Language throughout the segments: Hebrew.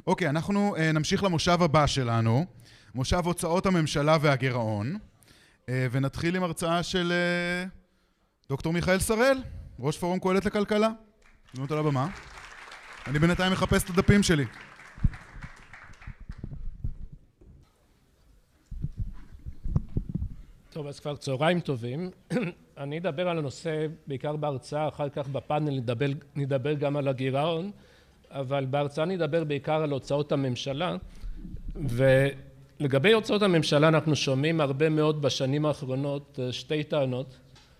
אוקיי, אנחנו נמשיך למושב הבא שלנו, מושב הוצאות הממשלה והגירעון, ונתחיל עם הרצאה של דוקטור מיכאל שראל, ראש פורום קהלת לכלכלה. תנו אותו לבמה. אני בינתיים מחפש את הדפים שלי. טוב, אז כבר צהריים טובים. אני אדבר על הנושא בעיקר בהרצאה, אחר כך בפאנל נדבר גם על הגירעון, אבל בהרצאה נדבר בעיקר על הוצאות הממשלה, ולגבי הוצאות הממשלה אנחנו שומעים הרבה מאוד בשנים האחרונות שתי טענות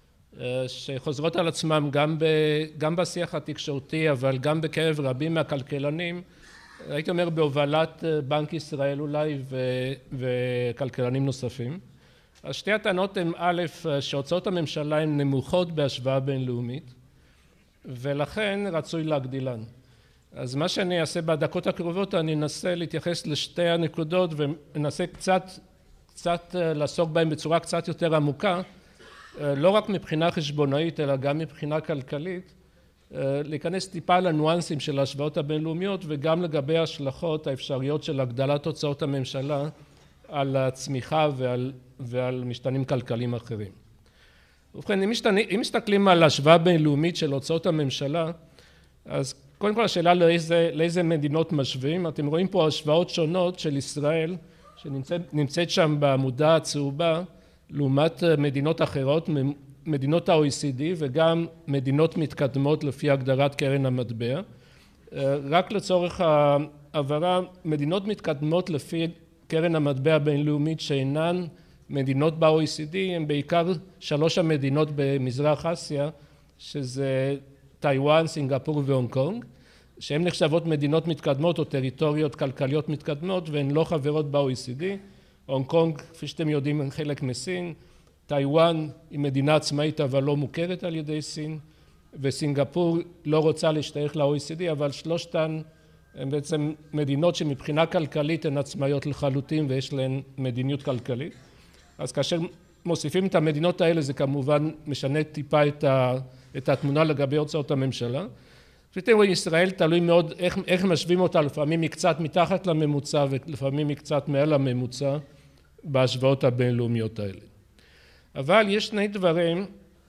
שחוזרות על עצמם גם בשיח התקשורתי, אבל גם בקרב רבים מהכלכלנים, הייתי אומר בהובלת בנק ישראל אולי וכלכלנים נוספים. אז שתי הטענות הן א', שהוצאות הממשלה הן נמוכות בהשוואה בינלאומית, ולכן רצוי להגדילן. אז מה שאני אעשה בדקות הקרובות, אני אנסה להתייחס לשתי הנקודות, וננסה קצת לעסוק בהן בצורה קצת יותר עמוקה, לא רק מבחינה חשבונאית, אלא גם מבחינה כלכלית, להיכנס טיפה לניואנסים של ההשוואות הבינלאומיות, וגם לגבי ההשלכות האפשריות של הגדלת הוצאות הממשלה על הצמיחה ועל משתנים כלכליים אחרים. ובכן, אם מסתכלים על השוואה בינלאומית של הוצאות הממשלה, אז קודם כל השאלה לאיזה מדינות משווים. אתם רואים פה השוואות שונות של ישראל, שנמצאת שם בעמודה הצהובה, לעומת מדינות אחרות, מדינות ה-OECD וגם מדינות מתקדמות לפי הגדרת קרן המטבע. רק לצורך העברה, מדינות מתקדמות לפי קרן המטבע הבינלאומית שאינן מדינות ב-OECD הן בעיקר שלוש המדינות במזרח אסיה, שזה טיואן, סינגפור והונג קונג, שהן נחשבות מדינות מתקדמות או טריטוריות כלכליות מתקדמות והן לא חברות ב-OECD. הונג קונג, כפי שאתם יודעים, הן חלק מסין, טיואן היא מדינה עצמאית אבל לא מוכרת על ידי סין, וסינגפור לא רוצה להשתייך ל-OECD, אבל שלושתן הן בעצם מדינות שמבחינה כלכלית הן עצמאיות לחלוטין ויש להן מדיניות כלכלית. אז כאשר מוסיפים את המדינות האלה זה כמובן משנה טיפה את התמונה לגבי הוצאות הממשלה. ואתם רואים, ישראל תלוי מאוד איך משווים אותה, לפעמים היא קצת מתחת לממוצע ולפעמים היא קצת מעל הממוצע בהשוואות הבינלאומיות האלה. אבל יש שני דברים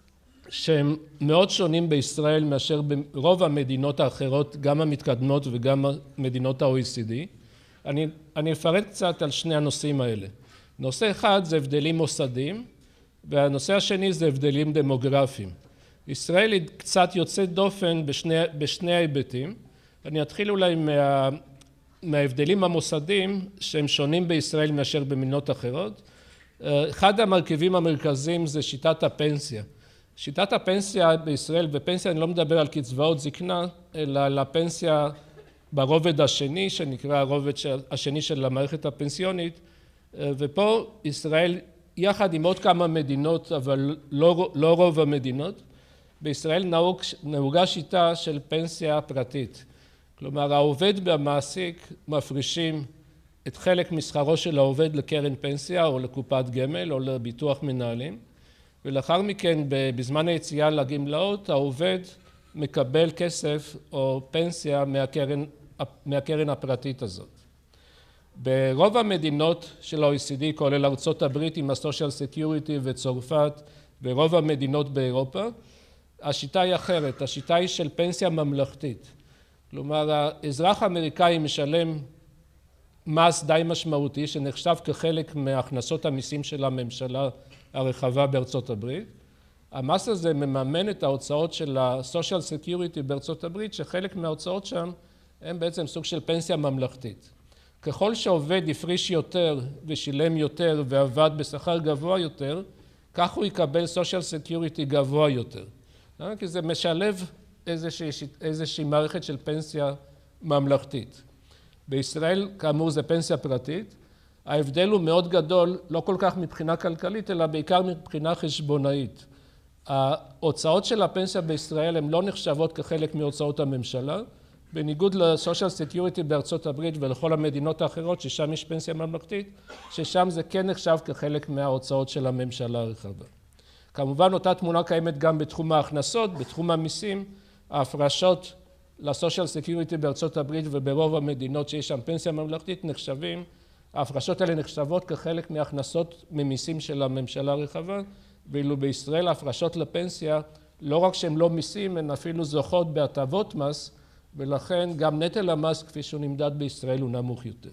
שהם מאוד שונים בישראל מאשר ברוב המדינות האחרות, גם המתקדמות וגם מדינות ה-OECD. אני אפרט קצת על שני הנושאים האלה. נושא אחד זה הבדלים מוסדיים, והנושא השני זה הבדלים דמוגרפיים. ישראל היא קצת יוצאת דופן בשני ההיבטים. אני אתחיל אולי מההבדלים המוסדיים שהם שונים בישראל מאשר במדינות אחרות. אחד המרכיבים המרכזיים זה שיטת הפנסיה. שיטת הפנסיה בישראל, בפנסיה אני לא מדבר על קצבאות זקנה, אלא על הפנסיה ברובד השני, שנקרא הרובד השני של המערכת הפנסיונית, ופה ישראל, יחד עם עוד כמה מדינות, אבל לא רוב המדינות, בישראל נהוגה שיטה של פנסיה פרטית. כלומר, העובד והמעסיק מפרישים את חלק משכרו של העובד לקרן פנסיה או לקופת גמל או לביטוח מנהלים, ולאחר מכן בזמן היציאה לגמלאות העובד מקבל כסף או פנסיה מהקרן הפרטית הזאת. ברוב המדינות של ה-OECD, כולל ארצות הברית עם ה-Social Security וצרפת ורוב המדינות באירופה, השיטה היא אחרת, השיטה היא של פנסיה ממלכתית. כלומר, האזרח האמריקאי משלם מס די משמעותי שנחשב כחלק מהכנסות המיסים של הממשלה הרחבה בארצות הברית. המס הזה מממן את ההוצאות של ה-Social Security בארצות הברית, שחלק מההוצאות שם הם בעצם סוג של פנסיה ממלכתית. ככל שעובד הפריש יותר ושילם יותר ועבד בשכר גבוה יותר, כך הוא יקבל Social Security גבוה יותר. כי זה משלב איזושהי מערכת של פנסיה ממלכתית. בישראל, כאמור, זה פנסיה פרטית. ההבדל הוא מאוד גדול, לא כל כך מבחינה כלכלית, אלא בעיקר מבחינה חשבונאית. ההוצאות של הפנסיה בישראל הן לא נחשבות כחלק מהוצאות הממשלה, בניגוד ל-Social Security בארצות הברית ולכל המדינות האחרות, ששם יש פנסיה ממלכתית, ששם זה כן נחשב כחלק מההוצאות של הממשלה הרחבה. כמובן, אותה תמונה קיימת גם בתחום ההכנסות, בתחום המיסים, ההפרשות לסושיאל סקיוריטי בארצות הברית וברוב המדינות שיש שם פנסיה ממלכתית נחשבים, ההפרשות האלה נחשבות כחלק מהכנסות ממיסים של הממשלה הרחבה, ואילו בישראל ההפרשות לפנסיה לא רק שהן לא מיסים, הן אפילו זוכות בהטבות מס, ולכן גם נטל המס כפי שהוא נמדד בישראל הוא נמוך יותר.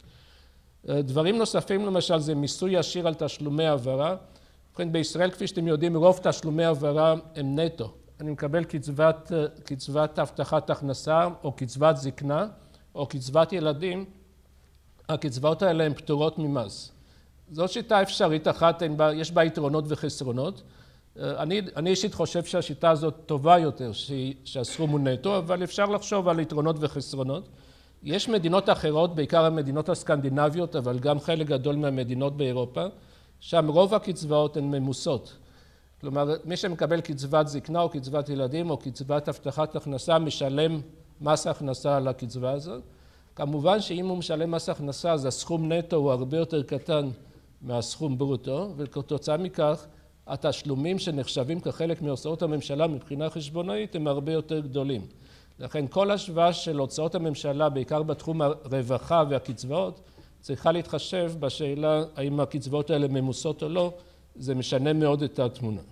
דברים נוספים למשל זה מיסוי ישיר על תשלומי העברה. ובכן בישראל כפי שאתם יודעים רוב תשלומי העברה הם נטו. אני מקבל קצבת הבטחת הכנסה או קצבת זקנה או קצבת ילדים, הקצבאות האלה הן פטורות ממס. זו שיטה אפשרית אחת, יש בה יתרונות וחסרונות. אני אישית חושב שהשיטה הזאת טובה יותר, שהסכום הוא נטו, אבל אפשר לחשוב על יתרונות וחסרונות. יש מדינות אחרות, בעיקר המדינות הסקנדינביות, אבל גם חלק גדול מהמדינות באירופה, שם רוב הקצבאות הן ממוסות. כלומר, מי שמקבל קצבת זקנה או קצבת ילדים או קצבת הבטחת הכנסה משלם מס הכנסה על הקצבה הזאת. כמובן שאם הוא משלם מס הכנסה, אז הסכום נטו הוא הרבה יותר קטן מהסכום ברוטו, וכתוצאה מכך התשלומים שנחשבים כחלק מהוצאות הממשלה מבחינה חשבונאית הם הרבה יותר גדולים. לכן כל השוואה של הוצאות הממשלה, בעיקר בתחום הרווחה והקצבאות, צריכה להתחשב בשאלה האם הקצבאות האלה ממוסות או לא, זה משנה מאוד את התמונה.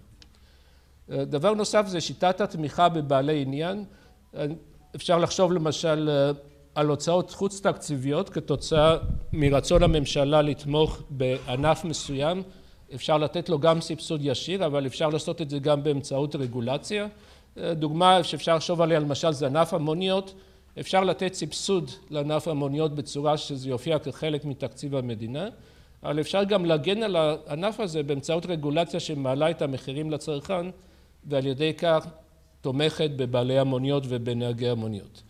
דבר נוסף זה שיטת התמיכה בבעלי עניין. אפשר לחשוב למשל על הוצאות חוץ תקציביות כתוצאה מרצון הממשלה לתמוך בענף מסוים. אפשר לתת לו גם סבסוד ישיר, אבל אפשר לעשות את זה גם באמצעות רגולציה. דוגמה שאפשר לחשוב עליה למשל זה ענף המוניות. אפשר לתת סבסוד לענף המוניות בצורה שזה יופיע כחלק מתקציב המדינה, אבל אפשר גם להגן על הענף הזה באמצעות רגולציה שמעלה את המחירים לצרכן, ועל ידי כך תומכת בבעלי המוניות ובנהגי המוניות.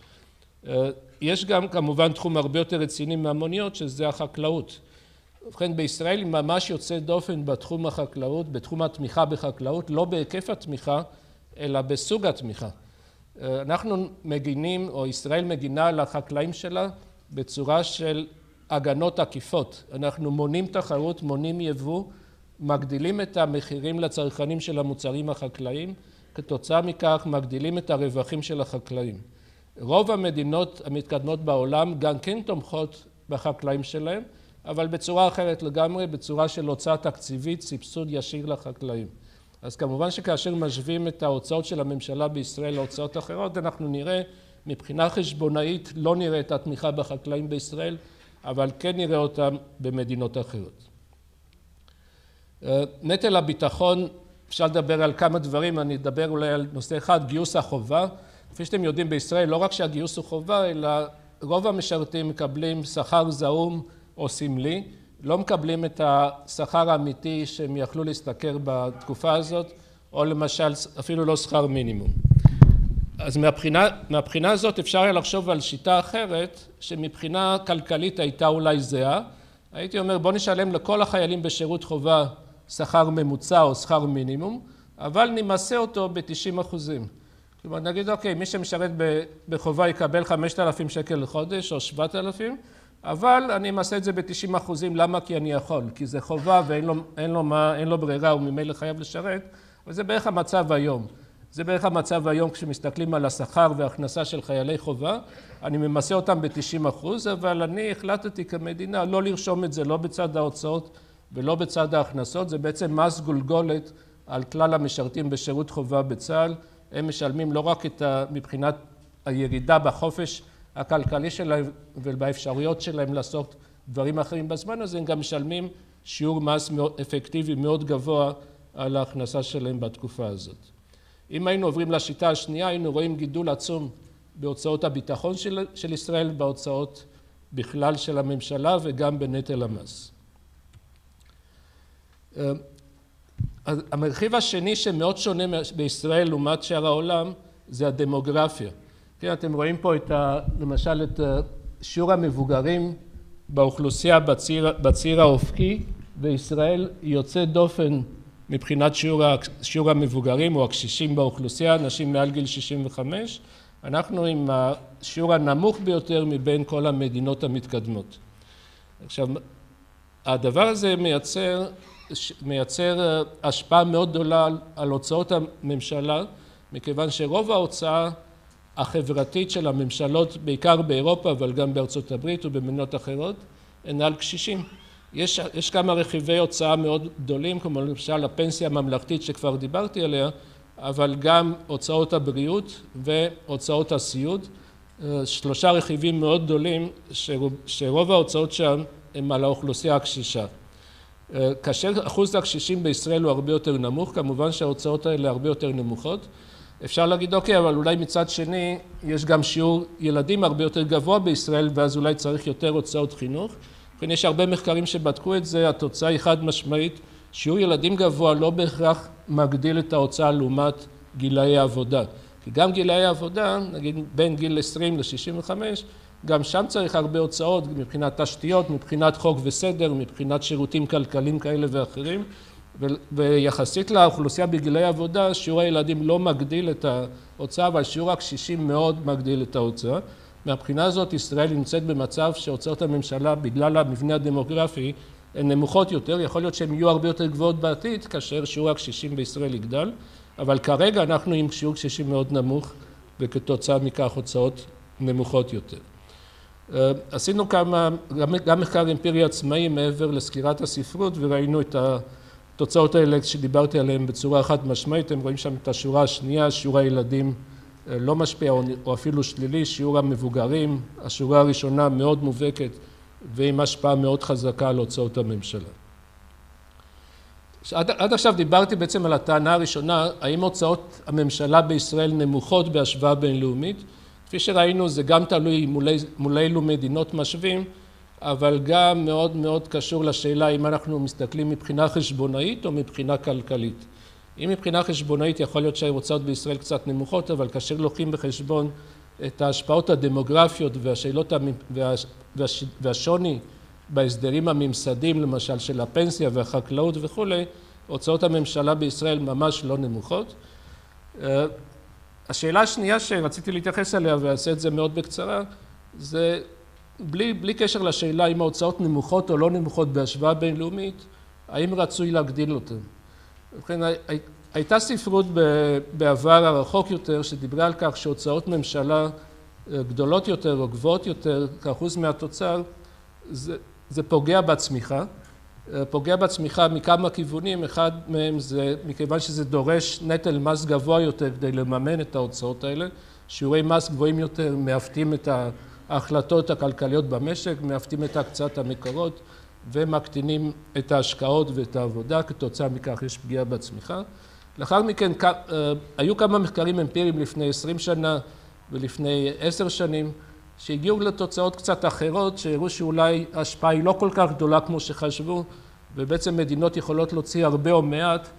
יש גם כמובן תחום הרבה יותר רציני מהמוניות, שזה החקלאות. ובכן בישראל היא ממש יוצאת דופן בתחום החקלאות, בתחום התמיכה בחקלאות, לא בהיקף התמיכה, אלא בסוג התמיכה. אנחנו מגינים, או ישראל מגינה על החקלאים שלה בצורה של הגנות עקיפות. אנחנו מונעים תחרות, מונעים יבוא, מגדילים את המחירים לצרכנים של המוצרים החקלאיים, כתוצאה מכך מגדילים את הרווחים של החקלאים. רוב המדינות המתקדמות בעולם גם כן תומכות בחקלאים שלהם, אבל בצורה אחרת לגמרי, בצורה של הוצאה תקציבית, סבסוד ישיר לחקלאים. אז כמובן שכאשר משווים את ההוצאות של הממשלה בישראל להוצאות אחרות, אנחנו נראה מבחינה חשבונאית, לא נראה את התמיכה בחקלאים בישראל, אבל כן נראה אותם במדינות אחרות. נטל הביטחון, אפשר לדבר על כמה דברים, אני אדבר אולי על נושא אחד, גיוס החובה. כפי שאתם יודעים בישראל, לא רק שהגיוס הוא חובה, אלא רוב המשרתים מקבלים שכר זעום או סמלי, לא מקבלים את השכר האמיתי שהם יכלו להשתכר בתקופה הזאת, או למשל אפילו לא שכר מינימום. אז מהבחינה הזאת אפשר היה לחשוב על שיטה אחרת, שמבחינה כלכלית הייתה אולי זהה. הייתי אומר בוא נשלם לכל החיילים בשירות חובה שכר ממוצע או שכר מינימום, אבל נמסה אותו ב-90%. כלומר נגיד אוקיי, מי שמשרת בחובה יקבל 5,000 שקל לחודש או 7,000, אבל אני אמסה את זה ב-90%. למה? כי אני יכול, כי זה חובה ואין לו ברירה, הוא ממילא חייב לשרת, וזה בערך המצב היום. זה בערך המצב היום כשמסתכלים על השכר וההכנסה של חיילי חובה, אני ממסה אותם ב-90%, אבל אני החלטתי כמדינה לא לרשום את זה לא בצד ההוצאות ולא בצד ההכנסות, זה בעצם מס גולגולת על כלל המשרתים בשירות חובה בצה"ל. הם משלמים לא רק מבחינת הירידה בחופש הכלכלי שלהם ובאפשרויות שלהם לעשות דברים אחרים בזמן הזה, הם גם משלמים שיעור מס אפקטיבי מאוד גבוה על ההכנסה שלהם בתקופה הזאת. אם היינו עוברים לשיטה השנייה, היינו רואים גידול עצום בהוצאות הביטחון של ישראל, בהוצאות בכלל של הממשלה וגם בנטל המס. המרכיב השני שמאוד שונה בישראל לעומת שאר העולם זה הדמוגרפיה. כן, אתם רואים פה למשל את שיעור המבוגרים באוכלוסייה בציר האופקי, וישראל יוצאת דופן מבחינת שיעור המבוגרים או הקשישים באוכלוסייה, אנשים מעל גיל 65, אנחנו עם השיעור הנמוך ביותר מבין כל המדינות המתקדמות. עכשיו, הדבר הזה מייצר השפעה מאוד גדולה על הוצאות הממשלה, מכיוון שרוב ההוצאה החברתית של הממשלות, בעיקר באירופה, אבל גם בארצות הברית ובמדינות אחרות, הן על קשישים. יש כמה רכיבי הוצאה מאוד גדולים, כמו למשל הפנסיה הממלכתית שכבר דיברתי עליה, אבל גם הוצאות הבריאות והוצאות הסיעוד. 3 רכיבים מאוד גדולים שרוב ההוצאות שם הם על האוכלוסייה הקשישה. כאשר אחוז הקשישים בישראל הוא הרבה יותר נמוך, כמובן שההוצאות האלה הרבה יותר נמוכות. אפשר להגיד, אוקיי, אבל אולי מצד שני יש גם שיעור ילדים הרבה יותר גבוה בישראל, ואז אולי צריך יותר הוצאות חינוך. וכן יש הרבה מחקרים שבדקו את זה, התוצאה היא חד משמעית, שיעור ילדים גבוה לא בהכרח מגדיל את ההוצאה לעומת גילאי העבודה. כי גם גילאי העבודה, נגיד בין גיל 20 ל-65, גם שם צריך הרבה הוצאות מבחינת תשתיות, מבחינת חוק וסדר, מבחינת שירותים כלכליים כאלה ואחרים, ויחסית לאוכלוסייה בגילי העבודה, שיעור הילדים לא מגדיל את ההוצאה, אבל שיעור הקשישים מאוד מגדיל את ההוצאה. מהבחינה הזאת ישראל נמצאת במצב שהוצאות הממשלה בגלל המבנה הדמוגרפי הן נמוכות יותר, יכול להיות שהן יהיו הרבה יותר גבוהות בעתיד כאשר שיעור הקשישים בישראל יגדל, אבל כרגע אנחנו עם שיעור קשישים מאוד נמוך וכתוצאה מכך הוצאות נמוכות יותר. עשינו גם מחקר אמפירי עצמאי מעבר לסקירת הספרות וראינו את התוצאות האלה שדיברתי עליהן בצורה חד משמעית. אתם רואים שם את השורה השנייה, שיעור הילדים לא משפיע או אפילו שלילי, שיעור המבוגרים, השורה הראשונה מאוד מובהקת ועם השפעה מאוד חזקה על הוצאות הממשלה. עד עכשיו דיברתי בעצם על הטענה הראשונה, האם הוצאות הממשלה בישראל נמוכות בהשוואה בינלאומית? כפי שראינו זה גם תלוי מול אילו מדינות משווים, אבל גם מאוד מאוד קשור לשאלה אם אנחנו מסתכלים מבחינה חשבונאית או מבחינה כלכלית. אם מבחינה חשבונאית יכול להיות שההוצאות בישראל קצת נמוכות, אבל כאשר לוקחים בחשבון את ההשפעות הדמוגרפיות והשוני בהסדרים הממסדיים, למשל של הפנסיה והחקלאות וכו', הוצאות הממשלה בישראל ממש לא נמוכות. השאלה השנייה שרציתי להתייחס אליה, ואעשה את זה מאוד בקצרה, זה בלי קשר לשאלה אם ההוצאות נמוכות או לא נמוכות בהשוואה בינלאומית, האם רצוי להגדיל אותן. ובכן, הייתה ספרות בעבר הרחוק יותר שדיברה על כך שהוצאות ממשלה גדולות יותר או גבוהות יותר כאחוז מהתוצר, זה פוגע בצמיחה. פוגע בצמיחה מכמה כיוונים, אחד מהם זה מכיוון שזה דורש נטל מס גבוה יותר כדי לממן את ההוצאות האלה. שיעורי מס גבוהים יותר מאפתים את ההחלטות הכלכליות במשק, מאפתים את הקצאת המקורות ומקטינים את ההשקעות ואת העבודה, כתוצאה מכך יש פגיעה בצמיחה. לאחר מכן היו כמה מחקרים אמפיריים לפני 20 שנה ולפני 10 שנים, שהגיעו לתוצאות קצת אחרות, שהראו שאולי ההשפעה היא לא כל כך גדולה כמו שחשבו, ובעצם מדינות יכולות להוציא הרבה או מעט,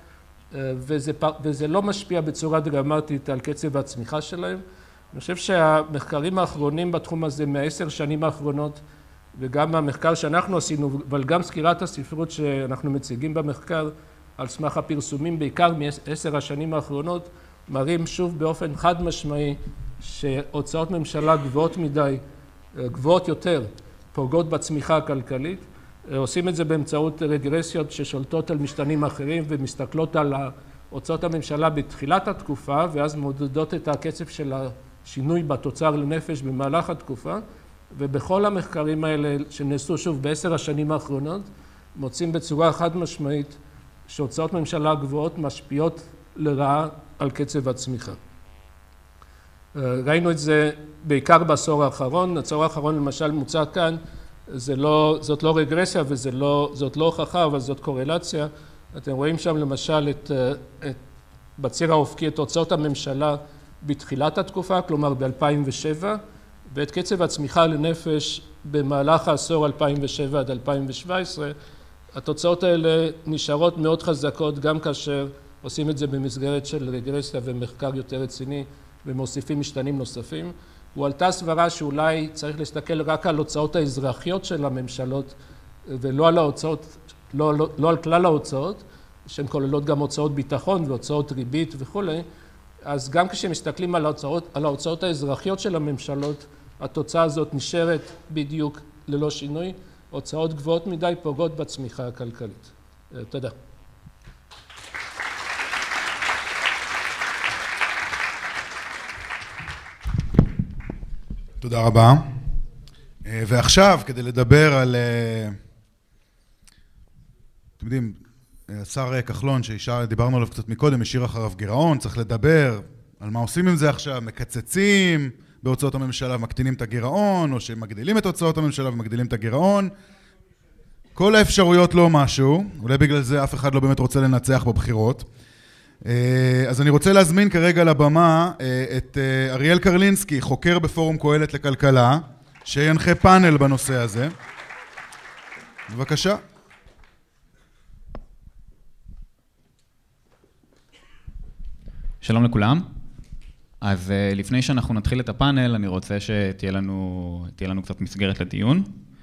וזה לא משפיע בצורה דרמטית על קצב הצמיחה שלהם. אני חושב שהמחקרים האחרונים בתחום הזה מה10 שנים האחרונות, וגם המחקר שאנחנו עשינו, אבל גם סקירת הספרות שאנחנו מציגים במחקר, על סמך הפרסומים, בעיקר מ10 השנים האחרונות, מראים שוב באופן חד משמעי, שהוצאות ממשלה גבוהות מדי, גבוהות יותר, פוגעות בצמיחה הכלכלית. עושים את זה באמצעות רגרסיות ששולטות על משתנים אחרים ומסתכלות על הוצאות הממשלה בתחילת התקופה, ואז מודדות את הקצב של השינוי בתוצר לנפש במהלך התקופה. ובכל המחקרים האלה שנעשו שוב ב10 השנים האחרונות, מוצאים בצורה חד משמעית שהוצאות ממשלה גבוהות משפיעות לרעה על קצב הצמיחה. ראינו את זה בעיקר בעשור האחרון. העשור האחרון למשל מוצע כאן, זאת לא רגרסיה וזאת לא הוכחה, אבל זאת קורלציה. אתם רואים שם למשל בציר האופקי את הוצאות הממשלה בתחילת התקופה, כלומר ב-2007, ואת קצב הצמיחה לנפש במהלך העשור 2007 עד 2017. התוצאות האלה נשארות מאוד חזקות גם כאשר עושים את זה במסגרת של רגרסיה ומחקר יותר רציני ומוסיפים משתנים נוספים. הועלתה סברה שאולי צריך להסתכל רק על הוצאות האזרחיות של הממשלות ולא על ההוצאות, לא על כלל ההוצאות, שהן כוללות גם הוצאות ביטחון והוצאות ריבית וכו'. אז גם כשמסתכלים על ההוצאות האזרחיות של הממשלות, התוצאה הזאת נשארת בדיוק ללא שינוי. הוצאות גבוהות מדי פוגעות בצמיחה הכלכלית. תודה. תודה רבה. ועכשיו, כדי לדבר על, אתם יודעים, השר כחלון, שדיברנו עליו קצת מקודם, השאיר אחריו גירעון, צריך לדבר על מה עושים עם זה עכשיו, מקצצים בהוצאות הממשלה ומקטינים את הגירעון, או שמגדילים את הוצאות הממשלה ומגדילים את הגירעון. כל האפשרויות לא משהו, אולי בגלל זה אף אחד לא באמת רוצה לנצח בבחירות. אז אני רוצה להזמין כרגע לבמה את אריאל קרלינסקי, חוקר בפורום קהלת לכלכלה, שינחה פאנל בנושא הזה. בבקשה. שלום לכולם. אז לפני שאנחנו נתחיל את הפאנל, אני רוצה שתהיה לנו קצת מסגרת לדיון.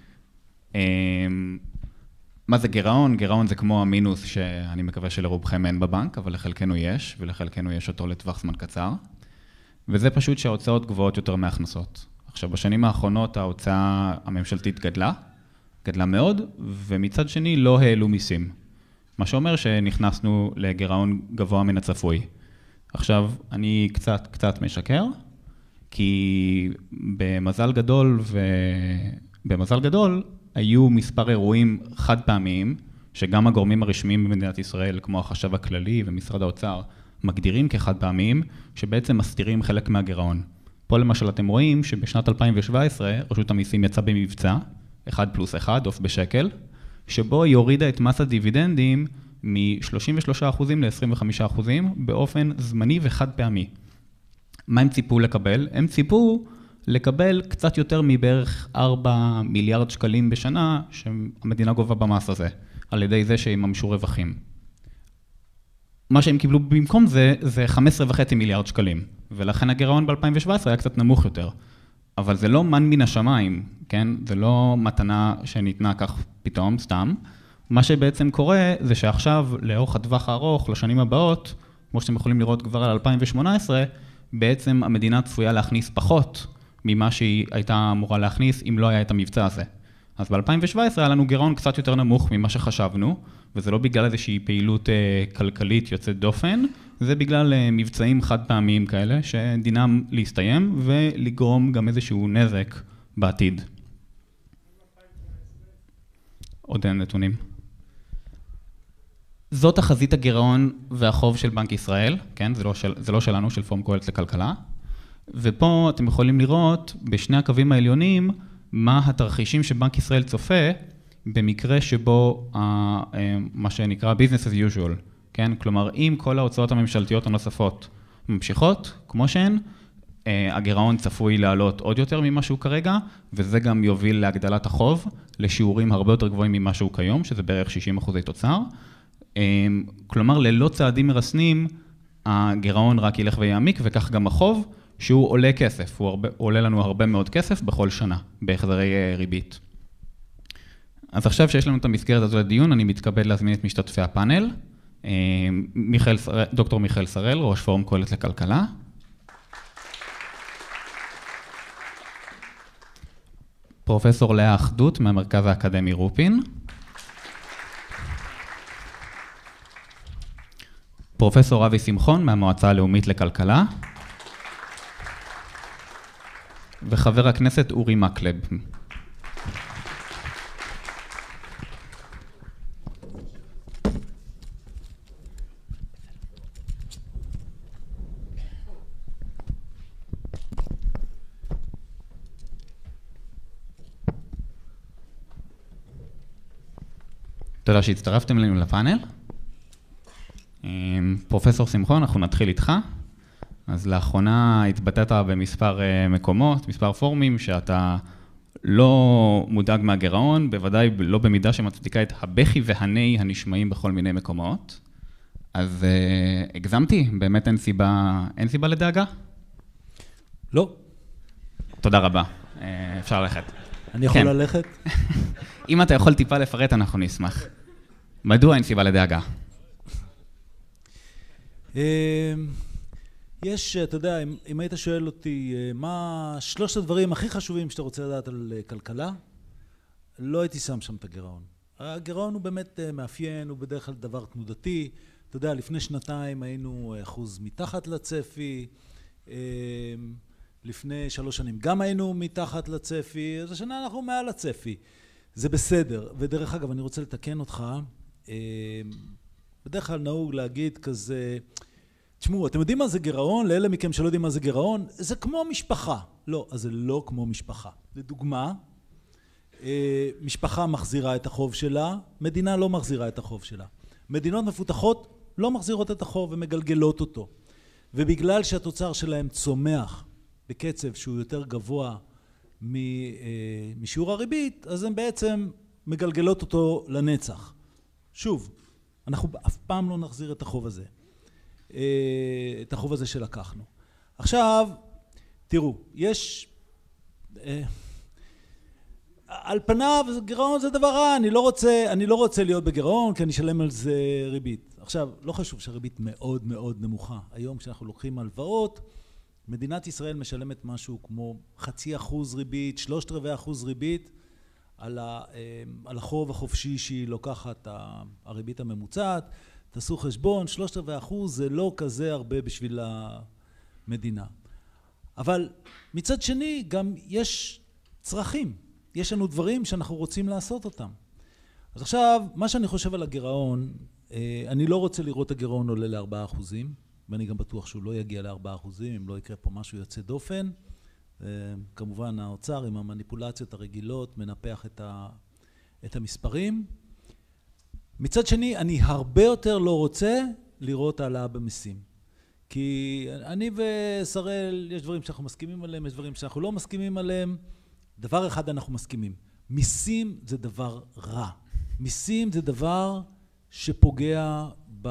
מה זה גירעון? גירעון זה כמו המינוס שאני מקווה שלרובכם אין בבנק, אבל לחלקנו יש, ולחלקנו יש אותו לטווח זמן קצר. וזה פשוט שההוצאות גבוהות יותר מהכנסות. עכשיו, בשנים האחרונות ההוצאה הממשלתית גדלה מאוד, ומצד שני לא העלו מיסים. מה שאומר שנכנסנו לגירעון גבוה מן הצפוי. עכשיו, אני קצת משקר, כי במזל גדול היו מספר אירועים חד פעמיים, שגם הגורמים הרשמיים במדינת ישראל, כמו החשב הכללי ומשרד האוצר, מגדירים כחד פעמיים, שבעצם מסתירים חלק מהגירעון. פה למשל אתם רואים שבשנת 2017 רשות המיסים יצאה במבצע, 1+1, עוף בשקל, שבו היא הורידה את מס הדיבידנדים מ-33% ל-25% באופן זמני וחד פעמי. מה הם ציפו לקבל? הם ציפו לקבל קצת יותר מבערך 4 מיליארד שקלים בשנה שהמדינה גובה במס הזה, על ידי זה שהם ממשו רווחים. מה שהם קיבלו במקום זה 15.5 מיליארד שקלים, ולכן הגירעון ב-2017 היה קצת נמוך יותר. אבל זה לא מן מן השמיים, כן? זה לא מתנה שניתנה כך פתאום, סתם. מה שבעצם קורה זה שעכשיו, לאורך הטווח הארוך, לשנים הבאות, כמו שאתם יכולים לראות כבר על 2018, בעצם המדינה צפויה להכניס פחות ממה שהיא הייתה אמורה להכניס אם לא היה את המבצע הזה. אז ב-2017 היה לנו גירעון קצת יותר נמוך ממה שחשבנו, וזה לא בגלל איזושהי פעילות כלכלית יוצאת דופן, זה בגלל מבצעים חד פעמיים כאלה, שדינם להסתיים ולגרום גם איזשהו נזק בעתיד. עוד אין נתונים. זאת תחזית הגירעון והחוב של בנק ישראל, כן? זה לא שלנו, של פורום קהלת לכלכלה. ופה אתם יכולים לראות בשני הקווים העליונים מה התרחישים שבנק ישראל צופה במקרה שבו מה שנקרא business as usual, כן? כלומר, אם כל ההוצאות הממשלתיות הנוספות ממשיכות, כמו שהן, הגירעון צפוי לעלות עוד יותר ממה שהוא כרגע, וזה גם יוביל להגדלת החוב לשיעורים הרבה יותר גבוהים ממה שהוא כיום, שזה בערך 60% תוצר. כלומר, ללא צעדים מרסנים, הגירעון רק ילך ויעמיק, וכך גם החוב, שהוא עולה כסף. הוא עולה לנו הרבה מאוד כסף בכל שנה, בהחזרי ריבית. אז עכשיו שיש לנו את המסגרת הזו לדיון, אני מתכבד להזמין את משתתפי הפאנל. דוקטור מיכאל שראל, ראש פורום קהלת לכלכלה. פרופסור לאה אחדות מהמרכז האקדמי רופין. פרופסור אבי שמחון מהמועצה הלאומית לכלכלה. וחבר הכנסת אורי מקלב. תודה שהצטרפתם אלינו לפאנל. פרופסור שמחון, אנחנו נתחיל איתך. אז לאחרונה התבטאת במספר מקומות, מספר פורומים, שאתה לא מודאג מהגירעון, בוודאי לא במידה שמצדיקה את הבכי והני הנשמעים בכל מיני מקומות. אז הגזמתי, באמת אין סיבה לדאגה? לא. תודה רבה, אפשר ללכת. אני יכול ללכת? אם אתה יכול טיפה לפרט, אנחנו נשמח. מדוע אין סיבה לדאגה? יש, אתה יודע, אם היית שואל אותי מה 3 הדברים הכי חשובים שאתה רוצה לדעת על כלכלה, לא הייתי שם שם את הגירעון. הגירעון הוא באמת מאפיין, הוא בדרך כלל דבר תנודתי. אתה יודע, לפני 2 היינו 1% מתחת לצפי, לפני 3 שנים גם היינו מתחת לצפי, אז השנה אנחנו מעל הצפי. זה בסדר. ודרך אגב, אני רוצה לתקן אותך, בדרך כלל נהוג להגיד כזה, תשמעו, אתם יודעים מה זה גירעון? לאלה מכם שלא יודעים מה זה גירעון, זה כמו משפחה. לא, אז זה לא כמו משפחה. לדוגמה, משפחה מחזירה את החוב שלה, מדינה לא מחזירה את החוב שלה. מדינות מפותחות לא מחזירות את החוב ומגלגלות אותו. ובגלל שהתוצר שלהם צומח בקצב שהוא יותר גבוה משיעור הריבית, אז הן בעצם מגלגלות אותו לנצח. שוב, אנחנו אף פעם לא נחזיר את החוב הזה. את החוב הזה שלקחנו. עכשיו, תראו, יש... על פניו, גירעון זה דבר רע, אני לא רוצה להיות בגירעון, כי אני אשלם על זה ריבית. עכשיו, לא חשוב שהריבית מאוד מאוד נמוכה. היום כשאנחנו לוקחים הלוואות, מדינת ישראל משלמת משהו כמו 0.5% ריבית, 0.75% ריבית, על החוב החופשי שהיא לוקחת, הריבית הממוצעת. תעשו חשבון, 0.75% זה לא כזה הרבה בשביל המדינה. אבל מצד שני, גם יש צרכים. יש לנו דברים שאנחנו רוצים לעשות אותם. אז עכשיו, מה שאני חושב על הגירעון, אני לא רוצה לראות הגירעון עולה ל4%, ואני גם בטוח שהוא לא יגיע ל4%, אם לא יקרה פה משהו יוצא דופן. כמובן, האוצר עם המניפולציות הרגילות מנפח את המספרים. מצד שני, אני הרבה יותר לא רוצה לראות העלאה במיסים. כי אני ושראל, יש דברים שאנחנו מסכימים עליהם, יש דברים שאנחנו לא מסכימים עליהם. דבר אחד אנחנו מסכימים, מיסים זה דבר רע. מיסים זה דבר שפוגע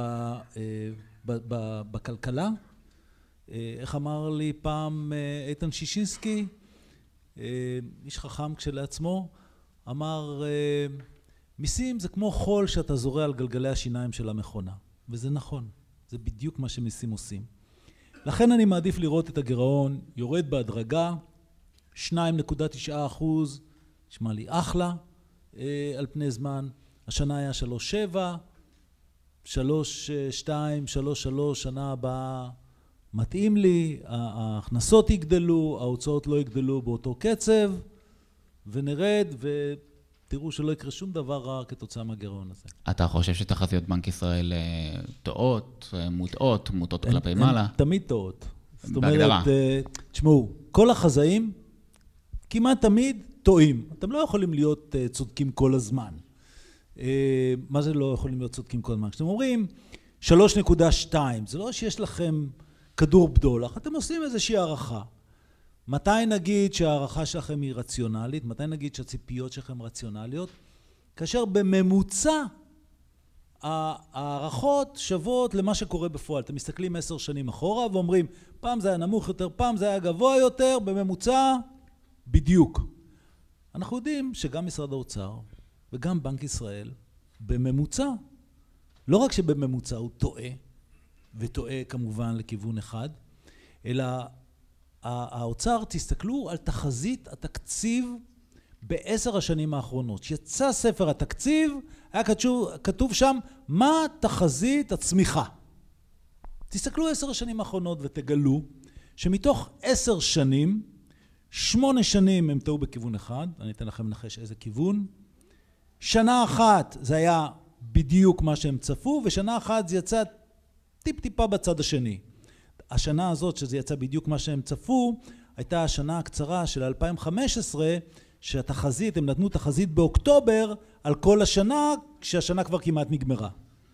בכלכלה. איך אמר לי פעם איתן שישינסקי, איש חכם כשלעצמו, אמר, מיסים זה כמו חול שאתה זורע על גלגלי השיניים של המכונה. וזה נכון, זה בדיוק מה שמיסים עושים. לכן אני מעדיף לראות את הגירעון יורד בהדרגה, 2.9%, נשמע לי אחלה על פני זמן. השנה היה 3.7, 3.2, 3.3, שנה הבאה מתאים לי, ההכנסות יגדלו, ההוצאות לא יגדלו באותו קצב, ונרד ותראו שלא יקרה שום דבר רע כתוצאה מהגירעון הזה. אתה חושב שתחזיות בנק ישראל טועות, מוטעות כלפי מעלה? הן תמיד טועות. בהגדרה. זאת אומרת, תשמעו, כל החזאים כמעט תמיד טועים. אתם לא יכולים להיות צודקים כל הזמן. מה זה לא יכולים להיות צודקים כל הזמן? כשאתם אומרים 3.2, זה לא שיש לכם כדור בדולח, אתם עושים איזושהי הערכה. מתי נגיד שהערכה שלכם היא רציונלית? מתי נגיד שהציפיות שלכם רציונליות? כאשר בממוצע הערכות שוות למה שקורה בפועל. אתם מסתכלים 10 שנים אחורה ואומרים, פעם זה היה נמוך יותר, פעם זה היה גבוה יותר, בממוצע בדיוק. אנחנו יודעים שגם משרד האוצר וגם בנק ישראל בממוצע, לא רק שבממוצע הוא טועה, וטועה כמובן לכיוון אחד, אלא האוצר, תסתכלו על תחזית התקציב ב10 השנים האחרונות. שיצא ספר התקציב, היה כתוב שם מה תחזית הצמיחה. תסתכלו 10 השנים האחרונות ותגלו שמתוך 10 שנים, 8 שנים הם טעו בכיוון אחד, אני אתן לכם לנחש איזה כיוון. שנה אחת זה היה בדיוק מה שהם צפו, ושנה אחת זה יצא טיפה בצד השני. השנה הזאת שזה יצא בדיוק מה שהם צפו, הייתה השנה הקצרה של 2015, שהתחזית, הם נתנו תחזית באוקטובר על כל השנה, כשהשנה כבר כמעט נגמרה.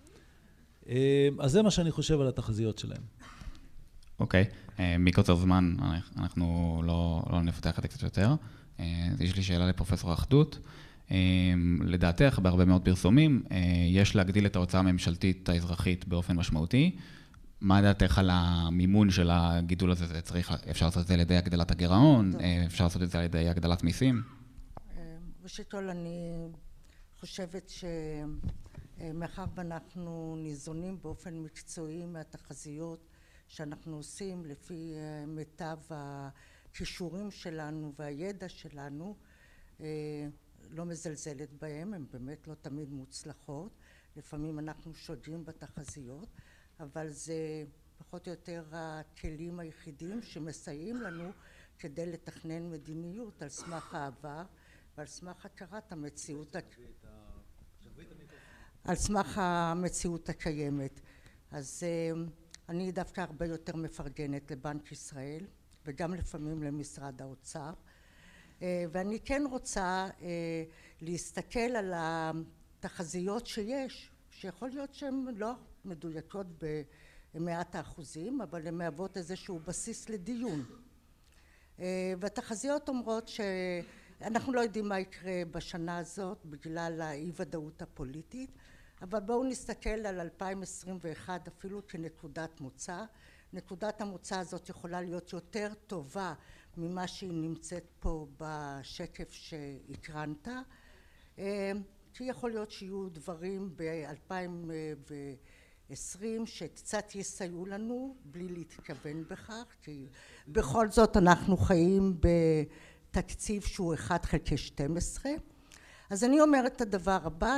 אז זה מה שאני חושב על התחזיות שלהם. אוקיי, מקוצר זמן אנחנו לא נפתח את זה קצת יותר. יש לי שאלה לפרופסור אחדות. לדעתך, בהרבה מאוד פרסומים, יש להגדיל את ההוצאה הממשלתית האזרחית באופן משמעותי. מה דעתך על המימון של הגידול הזה? אפשר לעשות את זה על ידי הגדלת הגירעון? אפשר לעשות את זה על ידי הגדלת מיסים? ראשית כל, אני חושבת שמאחר ואנחנו ניזונים באופן מקצועי מהתחזיות שאנחנו עושים לפי מיטב הכישורים שלנו והידע שלנו, לא מזלזלת בהם, הן באמת לא תמיד מוצלחות, לפעמים אנחנו שודדים בתחזיות, אבל זה פחות או יותר הכלים היחידים שמסייעים לנו כדי לתכנן מדיניות על סמך העבר ועל סמך הכרת המציאות, על סמך המציאות הקיימת. אז אני דווקא הרבה יותר מפרגנת לבנק ישראל וגם לפעמים למשרד האוצר, ואני כן רוצה להסתכל על התחזיות שיש, שיכול להיות שהן לא מדויקות במאת האחוזים, אבל הן מהוות איזשהו בסיס לדיון. והתחזיות אומרות שאנחנו לא יודעים מה יקרה בשנה הזאת בגלל האי ודאות הפוליטית, אבל בואו נסתכל על 2021 אפילו כנקודת מוצא. נקודת המוצא הזאת יכולה להיות יותר טובה ממה שהיא נמצאת פה בשקף שהקרנת, כי יכול להיות שיהיו דברים ב-2020 שקצת יסייעו לנו בלי להתכוון בכך, כי בכל זאת אנחנו חיים בתקציב שהוא 1/12. אז אני אומרת את הדבר הבא,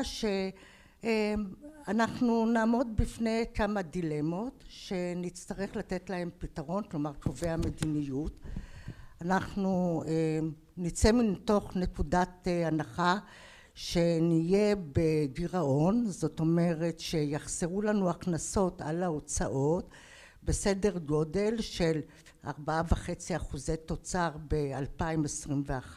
שאנחנו נעמוד בפני כמה דילמות שנצטרך לתת להם פתרון, כלומר קובעי המדיניות. אנחנו נצא מתוך נקודת הנחה שנהיה בגירעון, זאת אומרת שיחסרו לנו הכנסות על ההוצאות בסדר גודל של 4.5% תוצר ב-2021.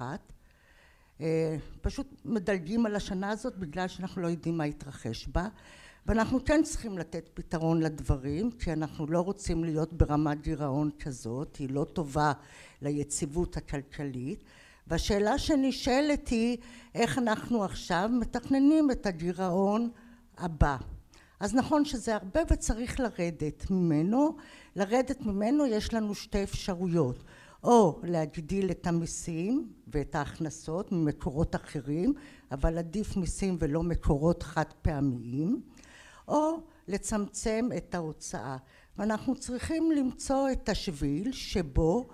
פשוט מדלגים על השנה הזאת בגלל שאנחנו לא יודעים מה יתרחש בה, ואנחנו כן צריכים לתת פתרון לדברים, כי אנחנו לא רוצים להיות ברמת גירעון כזאת, היא לא טובה ליציבות הכלכלית. והשאלה שנשאלת היא איך אנחנו עכשיו מתכננים את הגירעון הבא. אז נכון שזה הרבה וצריך לרדת ממנו. לרדת ממנו יש לנו שתי אפשרויות, או להגדיל את המיסים ואת ההכנסות ממקורות אחרים, אבל עדיף מיסים ולא מקורות חד פעמיים, או לצמצם את ההוצאה. ואנחנו צריכים למצוא את השביל שבו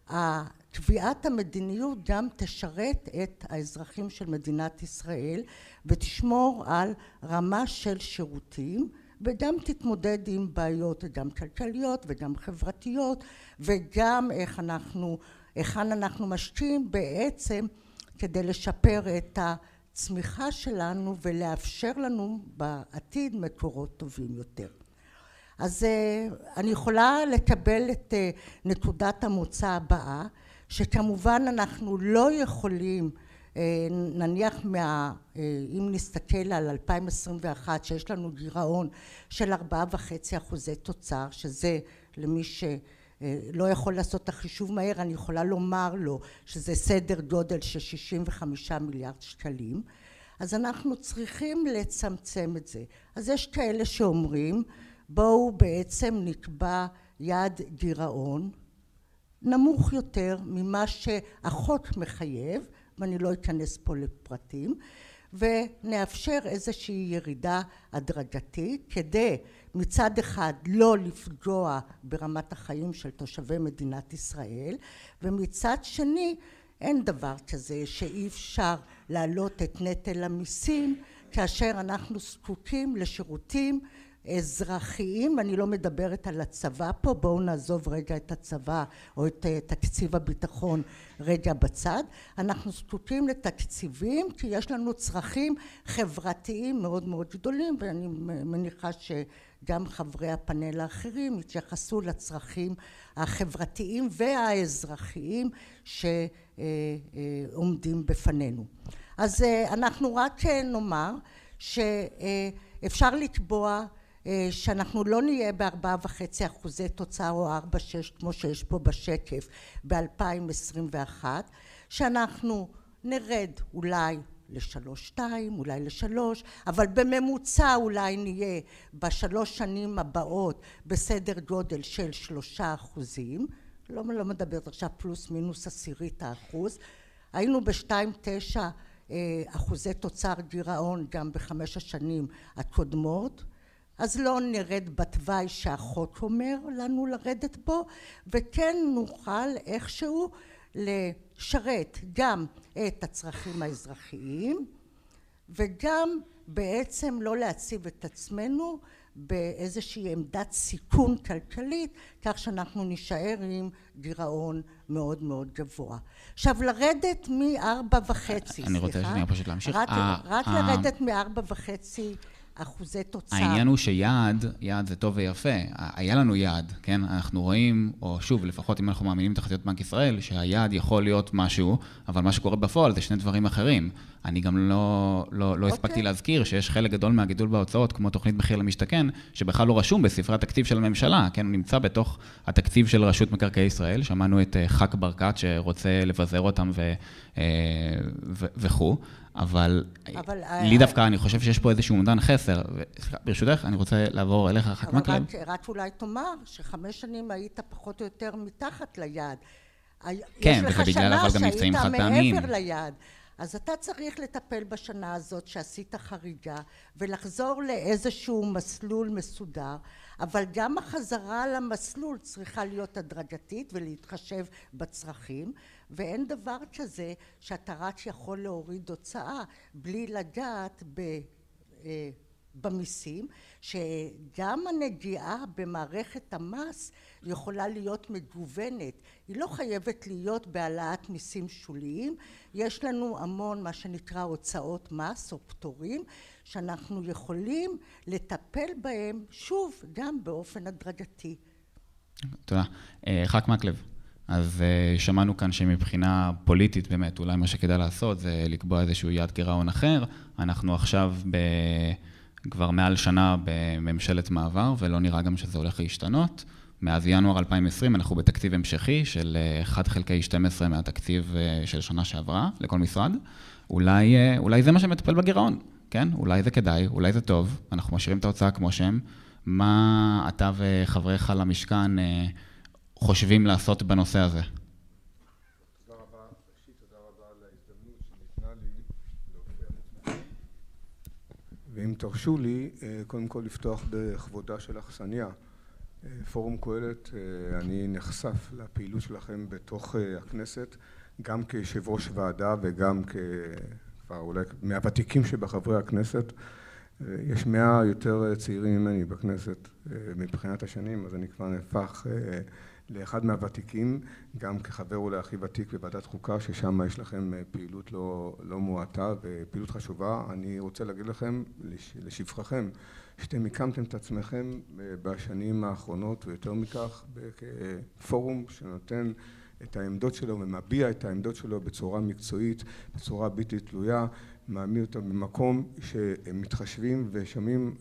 קביעת המדיניות גם תשרת את האזרחים של מדינת ישראל ותשמור על רמה של שירותים, וגם תתמודד עם בעיות גם כלכליות וגם חברתיות, וגם היכן אנחנו משקיעים בעצם כדי לשפר את הצמיחה שלנו ולאפשר לנו בעתיד מקורות טובים יותר. אז אני יכולה לקבל את נקודת המוצא הבאה, שכמובן אנחנו לא יכולים, נניח אם נסתכל על 2021 שיש לנו גירעון של 4.5% תוצר, שזה למי שלא יכול לעשות את החישוב מהר, אני יכולה לומר לו שזה סדר גודל של 65 מיליארד שקלים, אז אנחנו צריכים לצמצם את זה. אז יש כאלה שאומרים, בואו בעצם נקבע יעד גירעון נמוך יותר ממה שהחוק מחייב, ואני לא אכנס פה לפרטים, ונאפשר איזושהי ירידה הדרגתית כדי מצד אחד לא לפגוע ברמת החיים של תושבי מדינת ישראל, ומצד שני אין דבר כזה שאי אפשר להעלות את נטל המיסים כאשר אנחנו זקוקים לשירותים אזרחיים. אני לא מדברת על הצבא פה, בואו נעזוב רגע את הצבא או את תקציב הביטחון רגע בצד. אנחנו זקוקים לתקציבים כי יש לנו צרכים חברתיים מאוד מאוד גדולים, ואני מניחה שגם חברי הפאנל האחרים יתייחסו לצרכים החברתיים והאזרחיים שעומדים בפנינו. אז אנחנו רק נאמר שאפשר לקבוע שאנחנו לא נהיה ב4.5% תוצר או 4.6 כמו שיש פה בשקף ב-2021, שאנחנו נרד אולי ל3.2, אולי ל3, אבל בממוצע אולי נהיה בשלוש שנים הבאות בסדר גודל של 3%, לא מדברת עכשיו פלוס מינוס 0.1%, היינו ב2.9% תוצר גירעון גם ב5 השנים הקודמות, אז לא נרד בתוואי שהחוק אומר לנו לרדת בו, וכן נוכל איכשהו לשרת גם את הצרכים האזרחיים, וגם בעצם לא להציב את עצמנו באיזושהי עמדת סיכון כלכלית, כך שאנחנו נשאר עם גירעון מאוד מאוד גבוה. עכשיו לרדת מ4.5, אני רוצה שנייה פשוט להמשיך. רק לרדת מ4.5 אחוזי תוצר. העניין הוא שיעד זה טוב ויפה. היה לנו יעד, כן? אנחנו רואים, או שוב, לפחות אם אנחנו מאמינים תחזיות בנק ישראל, שהיעד יכול להיות משהו, אבל מה שקורה בפועל זה שני דברים אחרים. אני גם לא הספקתי להזכיר שיש חלק גדול מהגידול בהוצאות, כמו תוכנית מחיר למשתכן, שבכלל לא רשום בספרי התקציב של הממשלה, כן? הוא נמצא בתוך התקציב של רשות מקרקעי ישראל. שמענו את ח"כ ברקת שרוצה לבזר אותם וכו'. אבל לי דווקא אני חושב שיש פה איזשהו אומדן חסר. ברשותך, אני רוצה לעבור אליך, ח"כ מקלב. רק אולי תאמר ש5 שנים היית פחות או יותר מתחת ליעד. כן, וזה בגלל אבל גם מבצעים חד פעמים. מעבר ליעד. אז אתה צריך לטפל בשנה הזאת שעשית חריגה, ולחזור לאיזשהו מסלול מסודר, אבל גם החזרה למסלול צריכה להיות הדרגתית ולהתחשב בצרכים, ואין דבר כזה שאתה רק יכול להוריד הוצאה בלי לגעת במיסים, שגם הנגיעה במערכת המס יכולה להיות מגוונת. היא לא חייבת להיות בהעלאת מיסים שוליים. יש לנו המון מה שנקרא הוצאות מס או פטורים, שאנחנו יכולים לטפל בהם שוב גם באופן הדרגתי. תודה. ח"כ מקלב, אז שמענו כאן שמבחינה פוליטית באמת אולי מה שכדאי לעשות זה לקבוע איזשהו יעד גירעון אחר. אנחנו עכשיו כבר מעל שנה בממשלת מעבר, ולא נראה גם שזה הולך להשתנות. מאז ינואר 2020 אנחנו בתקציב המשכי של 1/12 מהתקציב של שנה שעברה לכל משרד. אולי זה מה שמטפל בגירעון, כן? אולי זה כדאי, אולי זה טוב. אנחנו משאירים את ההוצאה כמו שהם. מה אתה וחבריך למשכן חושבים לעשות בנושא הזה? תודה רבה. ראשית, תודה רבה על ההזדמנות שניתנה לי להופיע. ואם תרשו לי, קודם כל לפתוח בכבודה של אכסניה. פורום קהלת, אני נחשף לפעילות שלכם בתוך הכנסת, גם כיושב ראש ועדה וגם כבר אולי מהוותיקים שבחברי הכנסת. יש 100 יותר צעירים ממני בכנסת מבחינת השנים, אז אני כבר נהפך לאחד מהוותיקים, גם כחבר אולי הכי ותיק בוועדת חוקה, ששם יש לכם פעילות לא מועטה ופעילות חשובה. אני רוצה להגיד לכם, לשבחכם, שאתם הקמתם את עצמכם בשנים האחרונות, ויותר מכך, כפורום שנותן את העמדות שלו ומביע את העמדות שלו בצורה מקצועית, בצורה בלתי תלויה, מעמיד אותם במקום שהם מתחשבים ושומעים.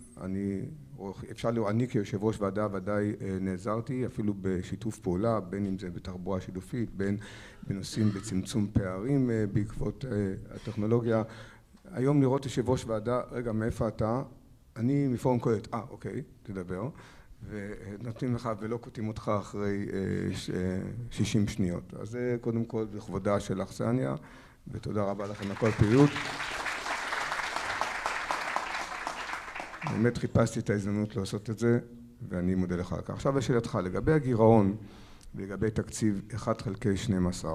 אני כיושב ראש ועדה ודאי נעזרתי, אפילו בשיתוף פעולה, בין אם זה בתחבורה שיתופית, בין בנושאים בצמצום פערים בעקבות הטכנולוגיה. היום לראות יושב ראש ועדה, רגע, מאיפה אתה? אני מפורום קהלת. אוקיי, תדבר. ונותנים לך ולא קוטעים אותך אחרי 60 שניות. אז זה קודם כל לכבודה של אכסניה, ותודה רבה לכם על כל פעילות. באמת חיפשתי את ההזדמנות לעשות את זה, ואני מודה לך על כך. עכשיו לשאלתך, לגבי הגירעון ולגבי תקציב 1/12,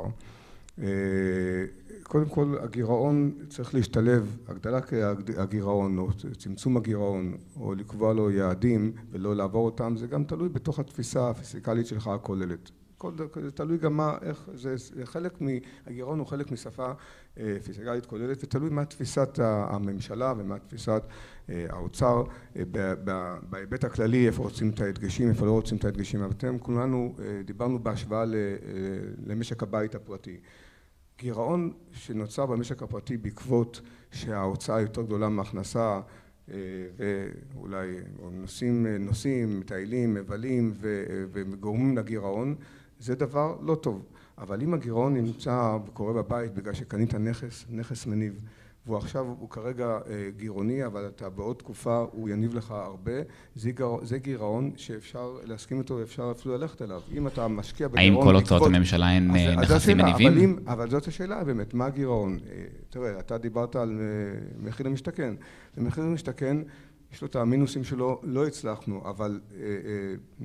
קודם כל הגירעון צריך להשתלב, הגדלה הגירעון או צמצום הגירעון או לקבוע לו יעדים ולא לעבור אותם, זה גם תלוי בתוך התפיסה הפיסקלית שלך הכוללת. זה תלוי גם מה, איך, זה חלק מהגירעון הוא חלק משפה פיסקלית כוללת, ותלוי מה תפיסת הממשלה ומה תפיסת האוצר בהיבט הכללי, איפה רוצים את ההדגשים, איפה לא רוצים את ההדגשים. אבל אתם כולנו דיברנו בהשוואה למשק הבית הפרטי. גירעון שנוצר במשק הפרטי בעקבות שההוצאה יותר גדולה מהכנסה, ואולי נוסעים, מטיילים, מבלים וגורמים לגירעון, זה דבר לא טוב. אבל אם הגירעון נמצא וקורה בבית בגלל שקנית נכס מניב, והוא עכשיו, הוא כרגע גירעוני, אבל אתה בעוד תקופה הוא יניב לך הרבה, זה גירעון שאפשר להסכים איתו ואפשר אפילו ללכת אליו. אם אתה משקיע בגירעון... האם כל הוצאות הממשלה הן נכסים מניבים? אבל זאת השאלה באמת, מה הגירעון? תראה, אתה דיברת על מחיר למשתכן. במחיר למשתכן יש לו את המינוסים שלו, לא הצלחנו, אבל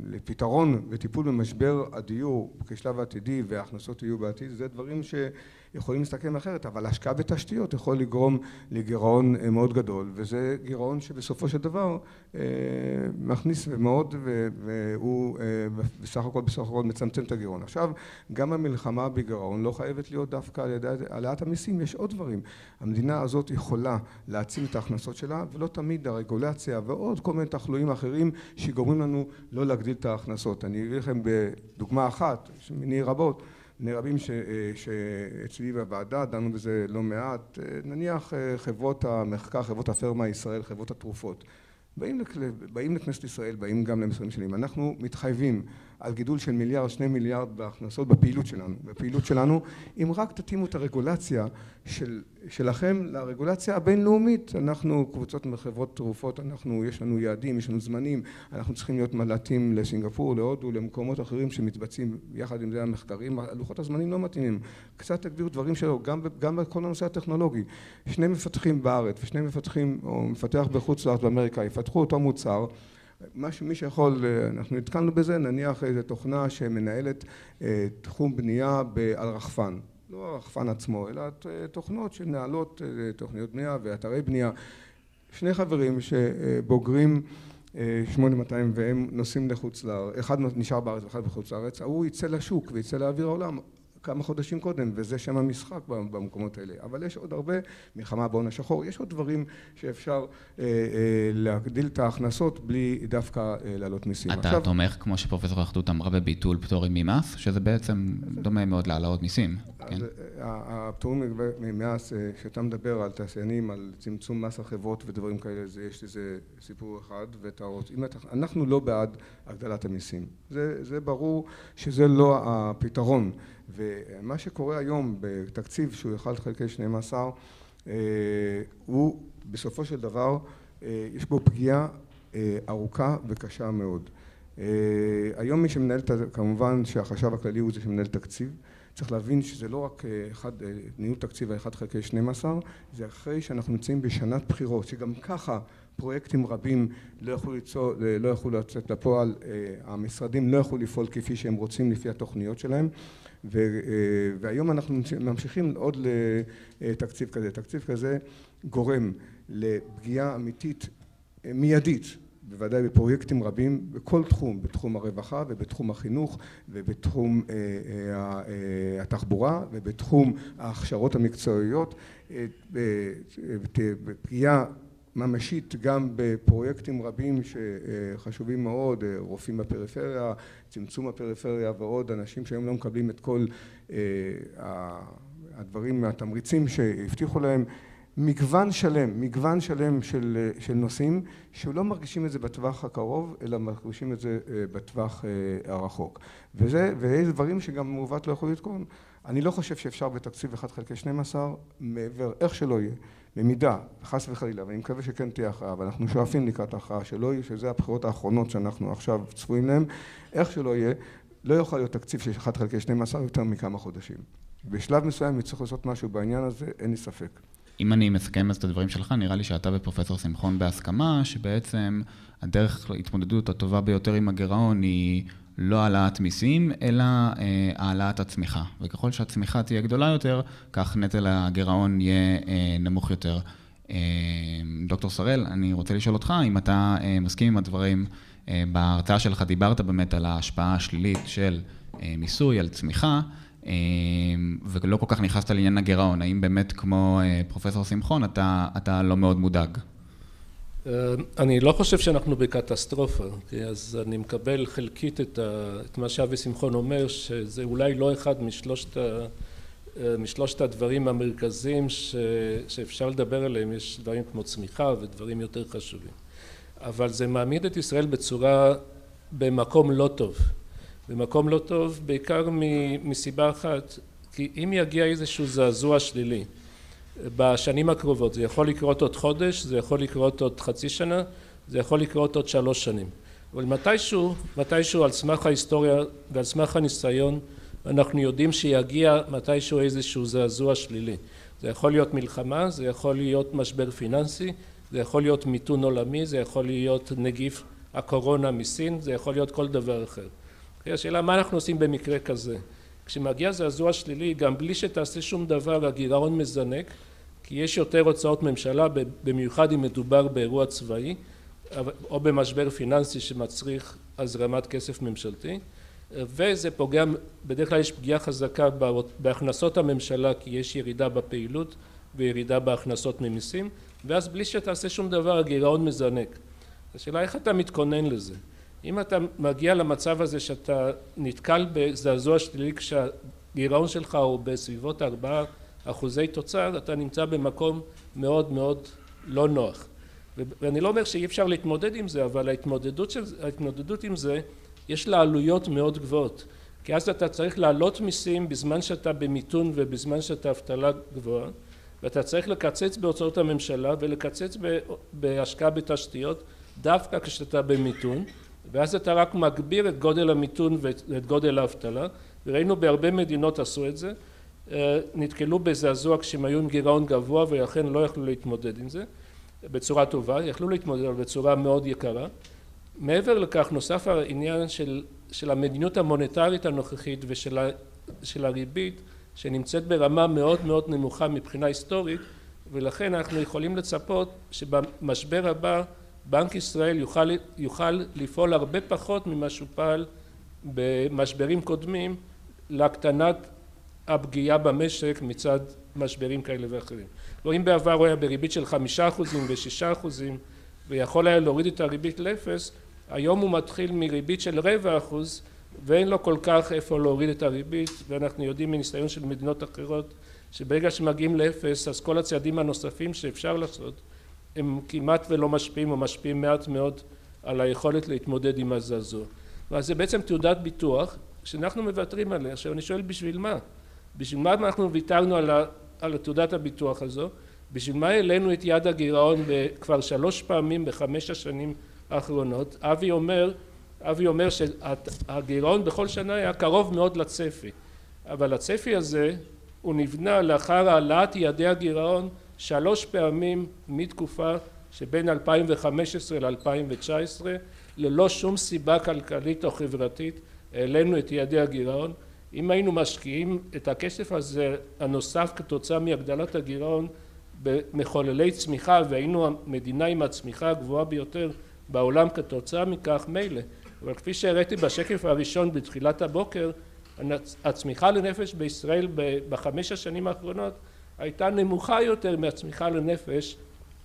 לפתרון וטיפול במשבר הדיור כשלב עתידי וההכנסות יהיו בעתיד, זה דברים יכולים להסתכל אחרת, אבל השקעה בתשתיות יכול לגרום לגירעון מאוד גדול, וזה גירעון שבסופו של דבר מכניס מאוד, והוא בסך הכל מצמצם את הגירעון. עכשיו, גם המלחמה בגירעון לא חייבת להיות דווקא על ידי העלאת המיסים, יש עוד דברים. המדינה הזאת יכולה להעצים את ההכנסות שלה, ולא תמיד הרגולציה ועוד כל מיני תחלואים אחרים שגורמים לנו לא להגדיל את ההכנסות. אני אביא לכם בדוגמה אחת, מיני רבות, מיני רבים שאצלי בוועדה, דנו בזה לא מעט, נניח חברות המחקר, חברות הפרמה ישראל, חברות התרופות. באים לכנסת ישראל, באים גם למשרדים שלהם. אנחנו מתחייבים על גידול של 1-2 מיליארד בהכנסות בפעילות שלנו, אם רק תתאימו את הרגולציה שלכם לרגולציה הבינלאומית. אנחנו קבוצות מחברות תרופות, יש לנו יעדים, יש לנו זמנים, אנחנו צריכים להיות מל"טים לסינגפור, להודו, למקומות אחרים שמתבצעים יחד עם זה המחקרים, לוחות הזמנים לא מתאימים. קצת תגדירו דברים שלו, גם בכל הנושא הטכנולוגי. 2 מפתחים בארץ ו2 מפתחים או מפתח בחוץ לארץ באמריקה, יפתחו אותו מוצר, מי שיכול, אנחנו נתקלנו בזה, נניח איזו תוכנה שמנהלת תחום בנייה על רחפן. לא הרחפן עצמו, אלא תוכנות שמנהלות תוכניות בנייה ואתרי בנייה. 2 חברים שבוגרים 8200 והם נוסעים לחוץ לארץ, אחד נשאר בארץ ואחד בחוץ לארץ, הוא יצא לשוק ויצא לאוויר העולם כמה חודשים קודם, וזה שם המשחק במקומות האלה. אבל יש עוד הרבה, מלחמה בהון השחור, יש עוד דברים שאפשר להגדיל את ההכנסות בלי דווקא לעלות מיסים. אתה תומך, כמו שפרופסור אחדות אמרה, בביטול פטורים ממס, שזה בעצם דומה מאוד להעלאות מיסים. הפטורים ממס, שאתה מדבר על תעשיינים, על צמצום מס החברות ודברים כאלה, יש לזה סיפור אחד, אנחנו לא בעד הגדלת המיסים. זה ברור שזה לא הפתרון. ומה שקורה היום בתקציב שהוא 1/12, הוא בסופו של דבר, יש בו פגיעה ארוכה וקשה מאוד. היום מי שמנהל, כמובן שהחשב הכללי הוא זה שמנהל תקציב, צריך להבין שזה לא רק ניהול תקציב ה-1/12, זה אחרי שאנחנו נמצאים בשנת בחירות, שגם ככה פרויקטים רבים לא יכולו לצאת לפועל, המשרדים לא יכולו לפעול כפי שהם רוצים לפי התוכניות שלהם, והיום אנחנו ממשיכים עוד לתקציב כזה. תקציב כזה גורם לפגיעה אמיתית מיידית, בוודאי בפרויקטים רבים, בכל תחום, בתחום הרווחה ובתחום החינוך ובתחום התחבורה ובתחום ההכשרות המקצועיות, בפגיעה ממשית גם בפרויקטים רבים שחשובים מאוד, רופאים בפריפריה, צמצום הפריפריה ועוד אנשים שהיום לא מקבלים את כל הדברים מהתמריצים שהבטיחו להם. מגוון שלם של נושאים שלא מרגישים את זה בטווח הקרוב, אלא מרגישים את זה בטווח הרחוק. וזה דברים שגם מעוות לא יכול לתקון. אני לא חושב שאפשר בתקציב 1/12 מעבר, איך שלא יהיה, במידה, חס וחלילה, ואני מקווה שכן תהיה הכרעה, ואנחנו שואפים לקראת הכרעה שלא יהיה, שזה הבחירות האחרונות שאנחנו עכשיו צפויים להם, איך שלא יהיה, לא יכול להיות תקציב של 1/12 יותר מכמה חודשים. בשלב מסוים צריך לעשות משהו בעניין הזה, אין לי ספק. אם אני מסכם את הדברים שלך, נראה לי שאתה ופרופסור שמחון בהסכמה, שבעצם הדרך להתמודדות הטובה ביותר עם הגירעון היא לא העלאת מיסים, אלא העלאת הצמיחה. וככל שהצמיחה תהיה גדולה יותר, כך נטל הגירעון יהיה נמוך יותר. דוקטור שראל, אני רוצה לשאול אותך, אם אתה מסכים עם הדברים, בהרצאה שלך דיברת באמת על ההשפעה השלילית של מיסוי על צמיחה, ולא כל כך נכנסת לעניין הגירעון. האם באמת כמו פרופסור שמחון אתה לא מאוד מודאג? אני לא חושב שאנחנו בקטסטרופה, אז אני מקבל חלקית את מה שאבי שמחון אומר, שזה אולי לא אחד משלושת הדברים המרכזיים שאפשר לדבר עליהם. יש דברים כמו צמיחה ודברים יותר חשובים, אבל זה מעמיד את ישראל במקום לא טוב. במקום לא טוב בעיקר מסיבה אחת, כי אם יגיע איזשהו זעזוע שלילי בשנים הקרובות, זה יכול לקרות עוד חודש, זה יכול לקרות עוד חצי שנה, זה יכול לקרות עוד 3 שנים. אבל מתישהו על סמך ההיסטוריה ועל סמך הניסיון, אנחנו יודעים שיגיע מתישהו איזשהו זעזוע שלילי. זה יכול להיות מלחמה, זה יכול להיות משבר פיננסי, זה יכול להיות מיתון עולמי, זה יכול להיות נגיף הקורונה מסין, זה יכול להיות כל דבר אחר. השאלה מה אנחנו עושים במקרה כזה? כשמגיע זעזוע שלילי, גם בלי שתעשה שום דבר, הגירעון מזנק, כי יש יותר הוצאות ממשלה, במיוחד אם מדובר באירוע צבאי, או במשבר פיננסי שמצריך הזרמת כסף ממשלתי, וזה פוגע, בדרך כלל יש פגיעה חזקה בהכנסות הממשלה, כי יש ירידה בפעילות וירידה בהכנסות ממיסים, ואז בלי שתעשה שום דבר, הגירעון מזנק. השאלה איך אתה מתכונן לזה? אם אתה מגיע למצב הזה שאתה נתקל בזעזוע שלילי כשהגירעון שלך הוא בסביבות 4% תוצר, אתה נמצא במקום מאוד מאוד לא נוח. ואני לא אומר שאי אפשר להתמודד עם זה, אבל ההתמודדות עם זה יש לה עלויות מאוד גבוהות. כי אז אתה צריך להעלות מיסים בזמן שאתה במיתון ובזמן שאתה אבטלה גבוהה, ואתה צריך לקצץ בהוצאות הממשלה ולקצץ בהשקעה בתשתיות דווקא כשאתה במיתון, ואז אתה רק מגביר את גודל המיתון ואת גודל האבטלה, וראינו בהרבה מדינות עשו את זה, נתקלו בזעזוע כשהם היו עם גירעון גבוה ולכן לא יכלו להתמודד עם זה בצורה טובה, יכלו להתמודד בצורה מאוד יקרה. מעבר לכך נוסף העניין של המדיניות המוניטרית הנוכחית ושל הריבית שנמצאת ברמה מאוד מאוד נמוכה מבחינה היסטורית, ולכן אנחנו יכולים לצפות שבמשבר הבא בנק ישראל יוכל לפעול הרבה פחות ממה שהוא פעל במשברים קודמים להקטנת הפגיעה במשק מצד משברים כאלה ואחרים. רואים בעבר הוא היה בריבית של 5% ו6% ויכול היה להוריד את הריבית לאפס, היום הוא מתחיל מריבית של 0.25% ואין לו כל כך איפה להוריד את הריבית, ואנחנו יודעים מניסיון של מדינות אחרות שברגע שמגיעים לאפס אז כל הצעדים הנוספים שאפשר לעשות הם כמעט ולא משפיעים או משפיעים מעט מאוד על היכולת להתמודד עם הזעזוע. אז זה בעצם תעודת ביטוח שאנחנו מוותרים עליה. עכשיו אני שואל בשביל מה? בשביל מה אנחנו ויתרנו על תעודת הביטוח הזו? בשביל מה העלינו את יעד הגירעון כבר 3 פעמים ב5 השנים האחרונות? אבי אומר שהגירעון בכל שנה היה קרוב מאוד לצפי, אבל הצפי הזה הוא נבנה לאחר העלאת יעדי הגירעון 3 פעמים מתקופה שבין 2015 ל-2019, ללא שום סיבה כלכלית או חברתית העלינו את יעדי הגירעון. אם היינו משקיעים את הכסף הזה הנוסף כתוצאה מהגדלת הגירעון במחוללי צמיחה, והיינו המדינה עם הצמיחה הגבוהה ביותר בעולם כתוצאה מכך, מילא. אבל כפי שהראיתי בשקף הראשון בתחילת הבוקר, הצמיחה לנפש בישראל ב5 השנים האחרונות הייתה נמוכה יותר מהצמיחה לנפש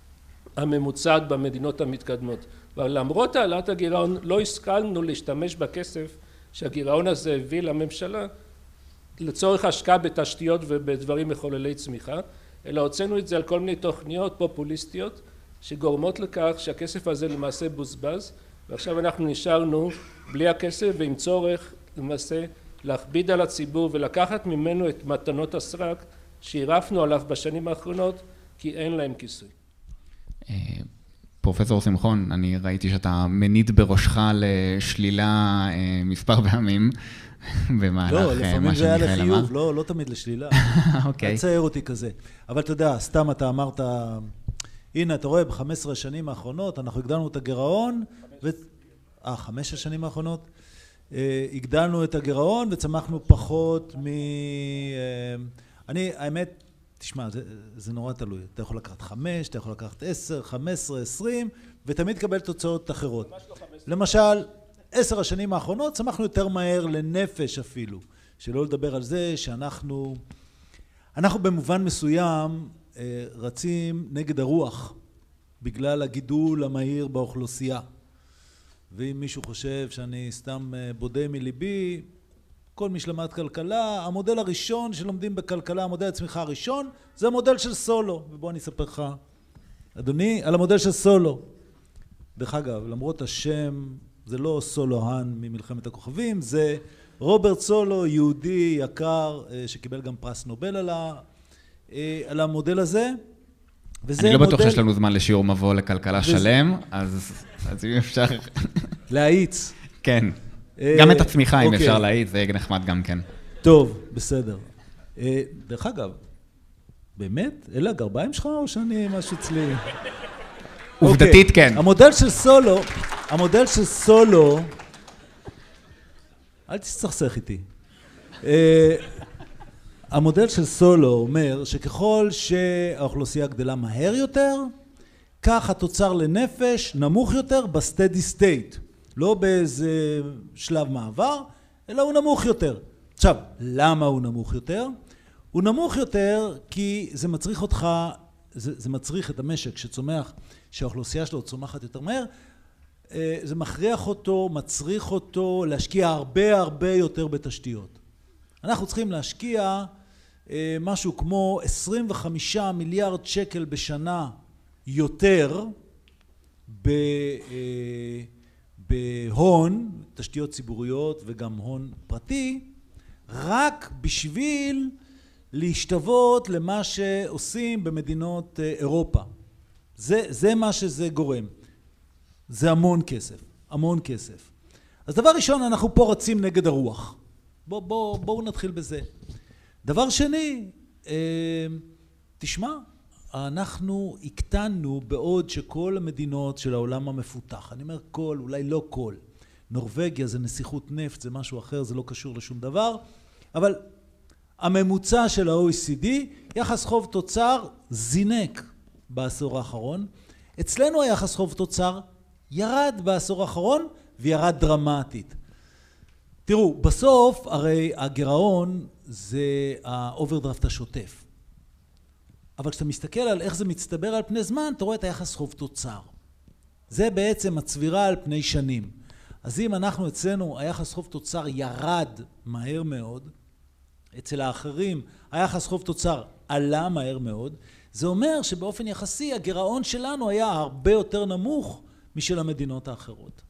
הממוצעת במדינות המתקדמות. ולמרות העלאת הגירעון לא השכלנו להשתמש בכסף שהגירעון הזה הביא לממשלה לצורך השקעה בתשתיות ובדברים מחוללי צמיחה, אלא הוצאנו את זה על כל מיני תוכניות פופוליסטיות שגורמות לכך שהכסף הזה למעשה בוזבז, ועכשיו אנחנו נשארנו בלי הכסף ועם צורך למעשה להכביד על הציבור ולקחת ממנו את מתנות הסרק שהרפנו עליו בשנים האחרונות כי אין להם כיסוי. פרופסור שמחון, אני ראיתי שאתה מניד בראשך לשלילה מספר פעמים במהלך לא, לפעמים זה היה לחיוב, לא תמיד לשלילה. אוקיי. תצייר אותי כזה. אבל אתה יודע, סתם אתה אמרת, הנה אתה רואה ב15 השנים האחרונות אנחנו הגדלנו את הגירעון, 5 השנים האחרונות, הגדלנו את הגירעון וצמחנו פחות האמת, תשמע, זה נורא תלוי. אתה יכול לקחת 5, אתה יכול לקחת 10, 15, 20, ותמיד תקבל תוצאות אחרות. למשל, 10 השנים האחרונות צמחנו יותר מהר לנפש אפילו. שלא לדבר על זה שאנחנו במובן מסוים רצים נגד הרוח, בגלל הגידול המהיר באוכלוסייה. ואם מישהו חושב שאני סתם בודה מליבי, כל מי שלמד כלכלה, המודל הראשון שלומדים בכלכלה, המודל הצמיחה הראשון, זה המודל של סולו. ובוא אני אספר לך, אדוני, על המודל של סולו. דרך אגב, למרות השם, זה לא סולוהן ממלחמת הכוכבים, זה רוברט סולו, יהודי יקר, שקיבל גם פרס נובל על המודל הזה. אני לא בטוח שיש לנו זמן לשיעור מבוא לכלכלה שלם, אז אם אפשר... להאיץ. כן. גם את הצמיחה, אם אפשר להאיץ, זה נחמד גם כן. טוב, בסדר. דרך אגב, באמת? אלה הגרביים שלך או שאני משהו אצלי? עובדתית כן. המודל של סולו, אל תסתכסך איתי. המודל של סולו אומר שככל שהאוכלוסייה גדלה מהר יותר, כך התוצר לנפש נמוך יותר בסטדי סטייט. לא באיזה שלב מעבר, אלא הוא נמוך יותר. עכשיו, למה הוא נמוך יותר? הוא נמוך יותר כי זה מצריך אותך, זה מצריך את המשק שצומח, שהאוכלוסייה שלו צומחת יותר מהר, זה מכריח אותו, מצריך אותו להשקיע הרבה יותר בתשתיות. אנחנו צריכים להשקיע משהו כמו 25 מיליארד שקל בשנה יותר בהון, תשתיות ציבוריות וגם הון פרטי, רק בשביל להשתוות למה שעושים במדינות אירופה. זה מה שזה גורם. זה המון כסף, המון כסף. אז דבר ראשון, אנחנו פה רצים נגד הרוח. בואו נתחיל בזה. דבר שני, תשמע, אנחנו הקטנו בעוד שכל המדינות של העולם המפותח, אני אומר כל, אולי לא כל, נורווגיה זה נסיכות נפט, זה משהו אחר, זה לא קשור לשום דבר, אבל הממוצע של ה-OECD, יחס חוב תוצר זינק בעשור האחרון, אצלנו היחס חוב תוצר ירד בעשור האחרון וירד דרמטית. תראו, בסוף הרי הגירעון זה האוברדרפט השוטף. אבל כשאתה מסתכל על איך זה מצטבר על פני זמן, אתה רואה את היחס חוב תוצר. זה בעצם הצבירה על פני שנים. אז אם אנחנו אצלנו, היחס חוב תוצר ירד מהר מאוד, אצל האחרים היחס חוב תוצר עלה מהר מאוד, זה אומר שבאופן יחסי הגירעון שלנו היה הרבה יותר נמוך משל המדינות האחרות.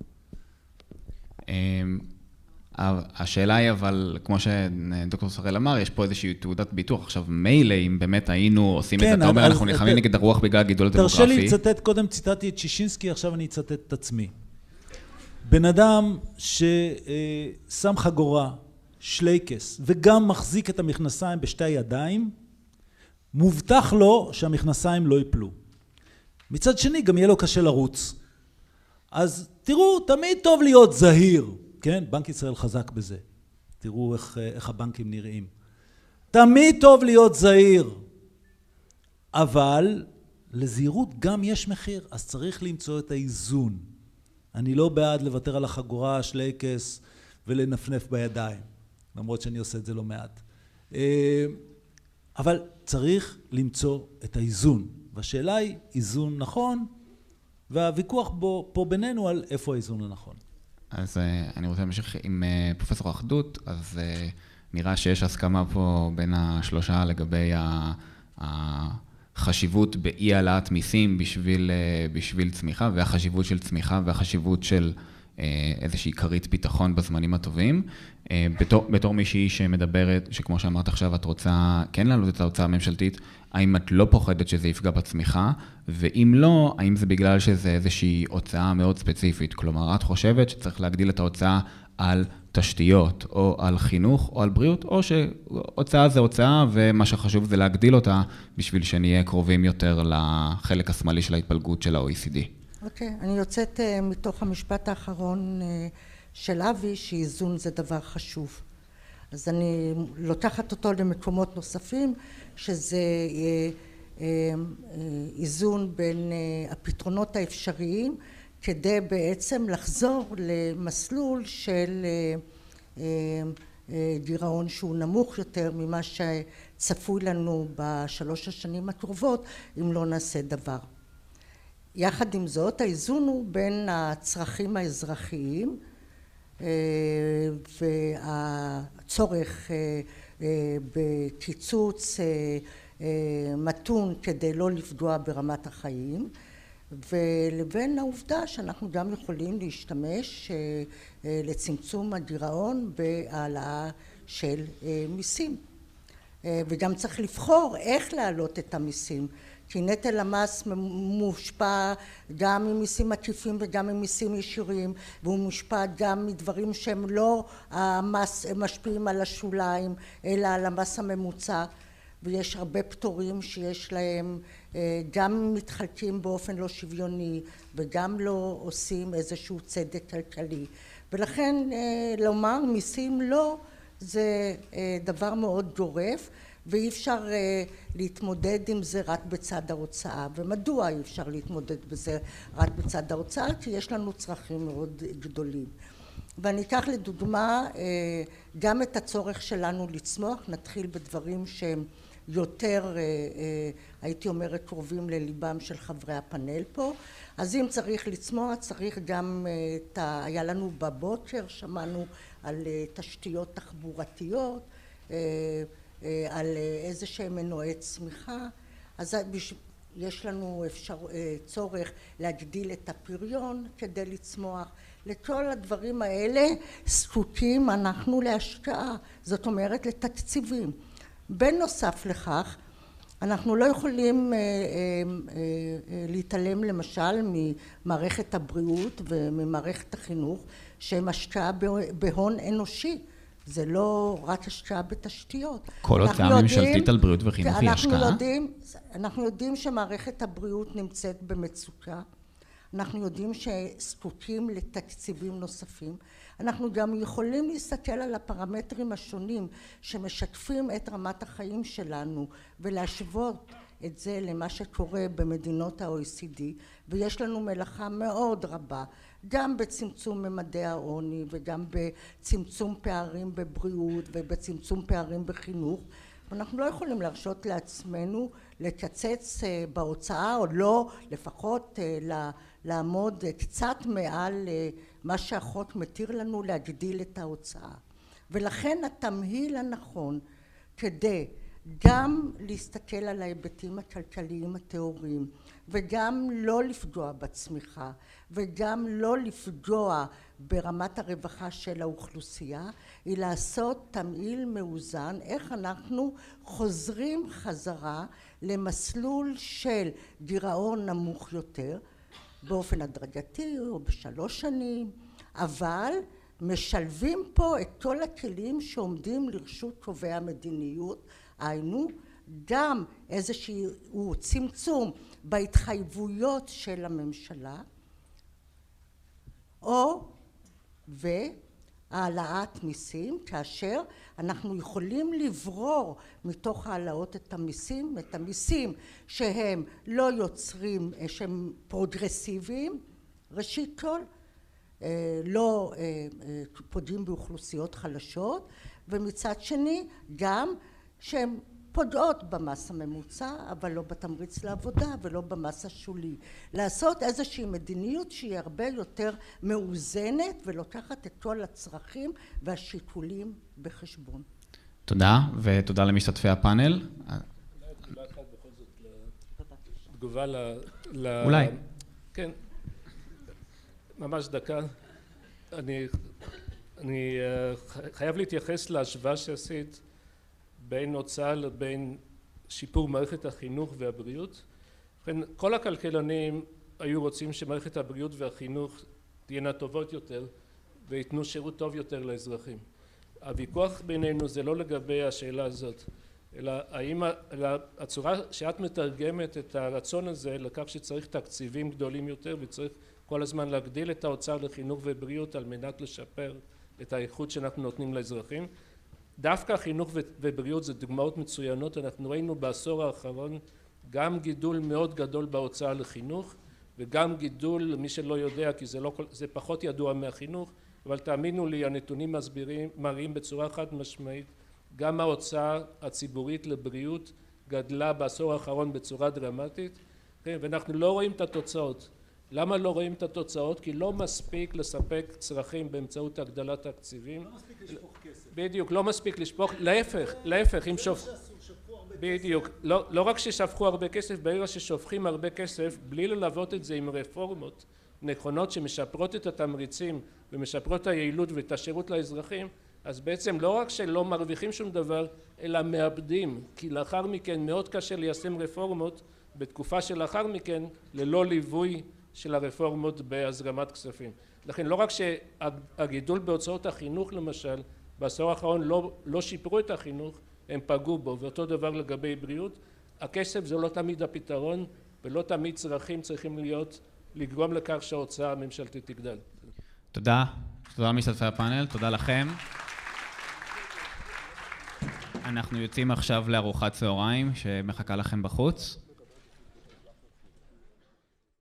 השאלה היא אבל, כמו שדוקטור שראל אמר, יש פה איזושהי תעודת ביטוח. עכשיו, מילא, אם באמת היינו עושים את זה, אתה אומר, אנחנו נלחמים נגד הרוח בגלל הגידול הדמוגרפי. תרשה לי לצטט, קודם ציטטתי את שישינסקי, עכשיו אני אצטט את עצמי. בן אדם ששם חגורה, שלייקס, וגם מחזיק את המכנסיים בשתי ידיים, מובטח לו שהמכנסיים לא ייפלו. מצד שני, גם יהיה לו קשה לרוץ. אז תראו, תמיד טוב להיות זהיר. כן, בנק ישראל חזק בזה. תראו איך הבנקים נראים. תמיד טוב להיות זהיר, אבל לזהירות גם יש מחיר, אז צריך למצוא את האיזון. אני לא בעד לוותר על החגורה, השלייקס ולנפנף בידיים, למרות שאני עושה את זה לא מעט. אבל צריך למצוא את האיזון, והשאלה היא איזון נכון, והוויכוח פה בינינו על איפה האיזון הנכון. אז אני רוצה להמשיך עם פרופסור אחדות, אז נראה שיש הסכמה פה בין השלושה לגבי החשיבות באי העלאת מיסים בשביל צמיחה, והחשיבות של צמיחה והחשיבות של איזושהי כרית ביטחון בזמנים הטובים. בתור מישהי שמדברת, שכמו שאמרת עכשיו, את רוצה כן להעלות את ההוצאה הממשלתית, האם את לא פוחדת שזה יפגע בצמיחה? ואם לא, האם זה בגלל שזה איזושהי הוצאה מאוד ספציפית? כלומר, את חושבת שצריך להגדיל את ההוצאה על תשתיות, או על חינוך, או על בריאות, או שהוצאה זה הוצאה, ומה שחשוב זה להגדיל אותה, בשביל שנהיה קרובים יותר לחלק השמאלי של ההתפלגות של ה-OECD. אוקיי, אני יוצאת מתוך המשפט האחרון של אבי, שאיזון זה דבר חשוב. אז אני לוקחת אותו למקומות נוספים, שזה איזון בין הפתרונות האפשריים, כדי בעצם לחזור למסלול של גירעון שהוא נמוך יותר ממה שצפוי לנו בשלוש השנים הקרובות, אם לא נעשה דבר. יחד עם זאת, האיזון הוא בין הצרכים האזרחיים והצורך בקיצוץ מתון כדי לא לפגוע ברמת החיים, ולבין העובדה שאנחנו גם יכולים להשתמש לצמצום הגירעון בהעלאה של מיסים. וגם צריך לבחור איך להעלות את המיסים. כי נטל המס מושפע גם ממיסים עקיפים וגם ממיסים ישירים, והוא מושפע גם מדברים שהם לא המס משפיעים על השוליים, אלא על המס הממוצע, ויש הרבה פטורים שיש להם, גם מתחלקים באופן לא שוויוני, וגם לא עושים איזשהו צדק כלכלי. ולכן לומר מיסים לא, זה דבר מאוד גורף, ואי אפשר להתמודד עם זה רק בצד ההוצאה. ומדוע אי אפשר להתמודד בזה רק בצד ההוצאה? כי יש לנו צרכים מאוד גדולים. ואני אקח לדוגמה גם את הצורך שלנו לצמוח. נתחיל בדברים שהם יותר, הייתי אומרת, קרובים לליבם של חברי הפאנל פה. אז אם צריך לצמוח, צריך גם, היה לנו בבוקר, שמענו על תשתיות תחבורתיות, על איזה שהם מנועי צמיחה. אז יש לנו צורך להגדיל את הפריון כדי לצמוח. לכל הדברים האלה זקוקים אנחנו להשקעה, זאת אומרת לתקציבים. בנוסף לכך, אנחנו לא יכולים להתעלם למשל ממערכת הבריאות וממערכת החינוך שהם השקעה בהון אנושי. זה לא רק השקעה בתשתיות. כל הוצאה ממשלתית על בריאות וחינוך היא השקעה? אנחנו יודעים שמערכת הבריאות נמצאת במצוקה. אנחנו יודעים שזקוקים לתקציבים נוספים. אנחנו גם יכולים להסתכל על הפרמטרים השונים שמשקפים את רמת החיים שלנו ולהשוות את זה למה שקורה במדינות ה-OECD, ויש לנו מלאכה מאוד רבה, גם בצמצום ממדי העוני וגם בצמצום פערים בבריאות ובצמצום פערים בחינוך. אנחנו לא יכולים להרשות לעצמנו לקצץ בהוצאה, או לא, לפחות לעמוד קצת מעל מה שהחוק מתיר לנו, להגדיל את ההוצאה. ולכן התמהיל הנכון כדי גם להסתכל על ההיבטים הכלכליים התיאוריים, וגם לא לפגוע בצמיחה, וגם לא לפגוע ברמת הרווחה של האוכלוסייה, היא לעשות תמהיל מאוזן, איך אנחנו חוזרים חזרה למסלול של גירעון נמוך יותר, באופן הדרגתי או ב3 שנים, אבל משלבים פה את כל הכלים שעומדים לרשות קובעי המדיניות, היינו גם איזשהו צמצום בהתחייבויות של הממשלה, או והעלאת מיסים, כאשר אנחנו יכולים לברור מתוך העלאות את המיסים שהם לא יוצרים, שהם פרוגרסיביים, ראשית כל, לא פוגעים באוכלוסיות חלשות, ומצד שני גם שהן פוגעות במס הממוצע, אבל לא בתמריץ לעבודה ולא במס השולי. לעשות איזושהי מדיניות שהיא הרבה יותר מאוזנת ולוקחת את כל הצרכים והשיקולים בחשבון. תודה, ותודה למשתתפי הפאנל. תגובה אחת בכל זאת, תגובה אולי. כן, ממש דקה. אני חייב להתייחס להשוואה שעשית בין הוצאה לבין שיפור מערכת החינוך והבריאות. כל הכלכלנים היו רוצים שמערכת הבריאות והחינוך תהיינה טובות יותר ויתנו שירות טוב יותר לאזרחים. הוויכוח בינינו זה לא לגבי השאלה הזאת, אלא האם הצורה שאת מתרגמת את הרצון הזה לכך שצריך תקציבים גדולים יותר וצריך כל הזמן להגדיל את ההוצאה לחינוך ובריאות על מנת לשפר את האיכות שאנחנו נותנים לאזרחים. דווקא חינוך ובריאות זה דוגמאות מצוינות. אנחנו ראינו בעשור האחרון גם גידול מאוד גדול בהוצאה לחינוך וגם גידול, מי שלא יודע כי זה פחות ידוע מהחינוך, אבל תאמינו לי הנתונים מראים בצורה חד משמעית, גם ההוצאה הציבורית לבריאות גדלה בעשור האחרון בצורה דרמטית, ואנחנו לא רואים את התוצאות. למה לא רואים את התוצאות? כי לא מספיק לספק צרכים באמצעות הגדלת תקציבים. לא מספיק לשפוך כסף. בדיוק, לא מספיק לשפוך, להפך, אם בדיוק, לא רק ששפכו הרבה כסף, ברגע ששופכים הרבה כסף, בלי ללוות את זה עם רפורמות נכונות שמשפרות את התמריצים ומשפרות היעילות ואת השירות לאזרחים, אז בעצם לא רק שלא מרוויחים שום דבר, אלא מאבדים, כי לאחר מכן מאוד קשה ליישם רפורמות בתקופה שלאחר מכן ללא ליווי של הרפורמות בהזרמת כספים. לכן לא רק שהגידול בהוצאות החינוך למשל בעשור האחרון לא שיפרו את החינוך, הם פגעו בו, ואותו דבר לגבי בריאות. הכסף זה לא תמיד הפתרון ולא תמיד צרכים צריכים לגרום לכך שההוצאה הממשלתית תגדל. תודה. תודה למשתתפי הפאנל, תודה לכם. אנחנו יוצאים עכשיו לארוחת צהריים שמחכה לכם בחוץ.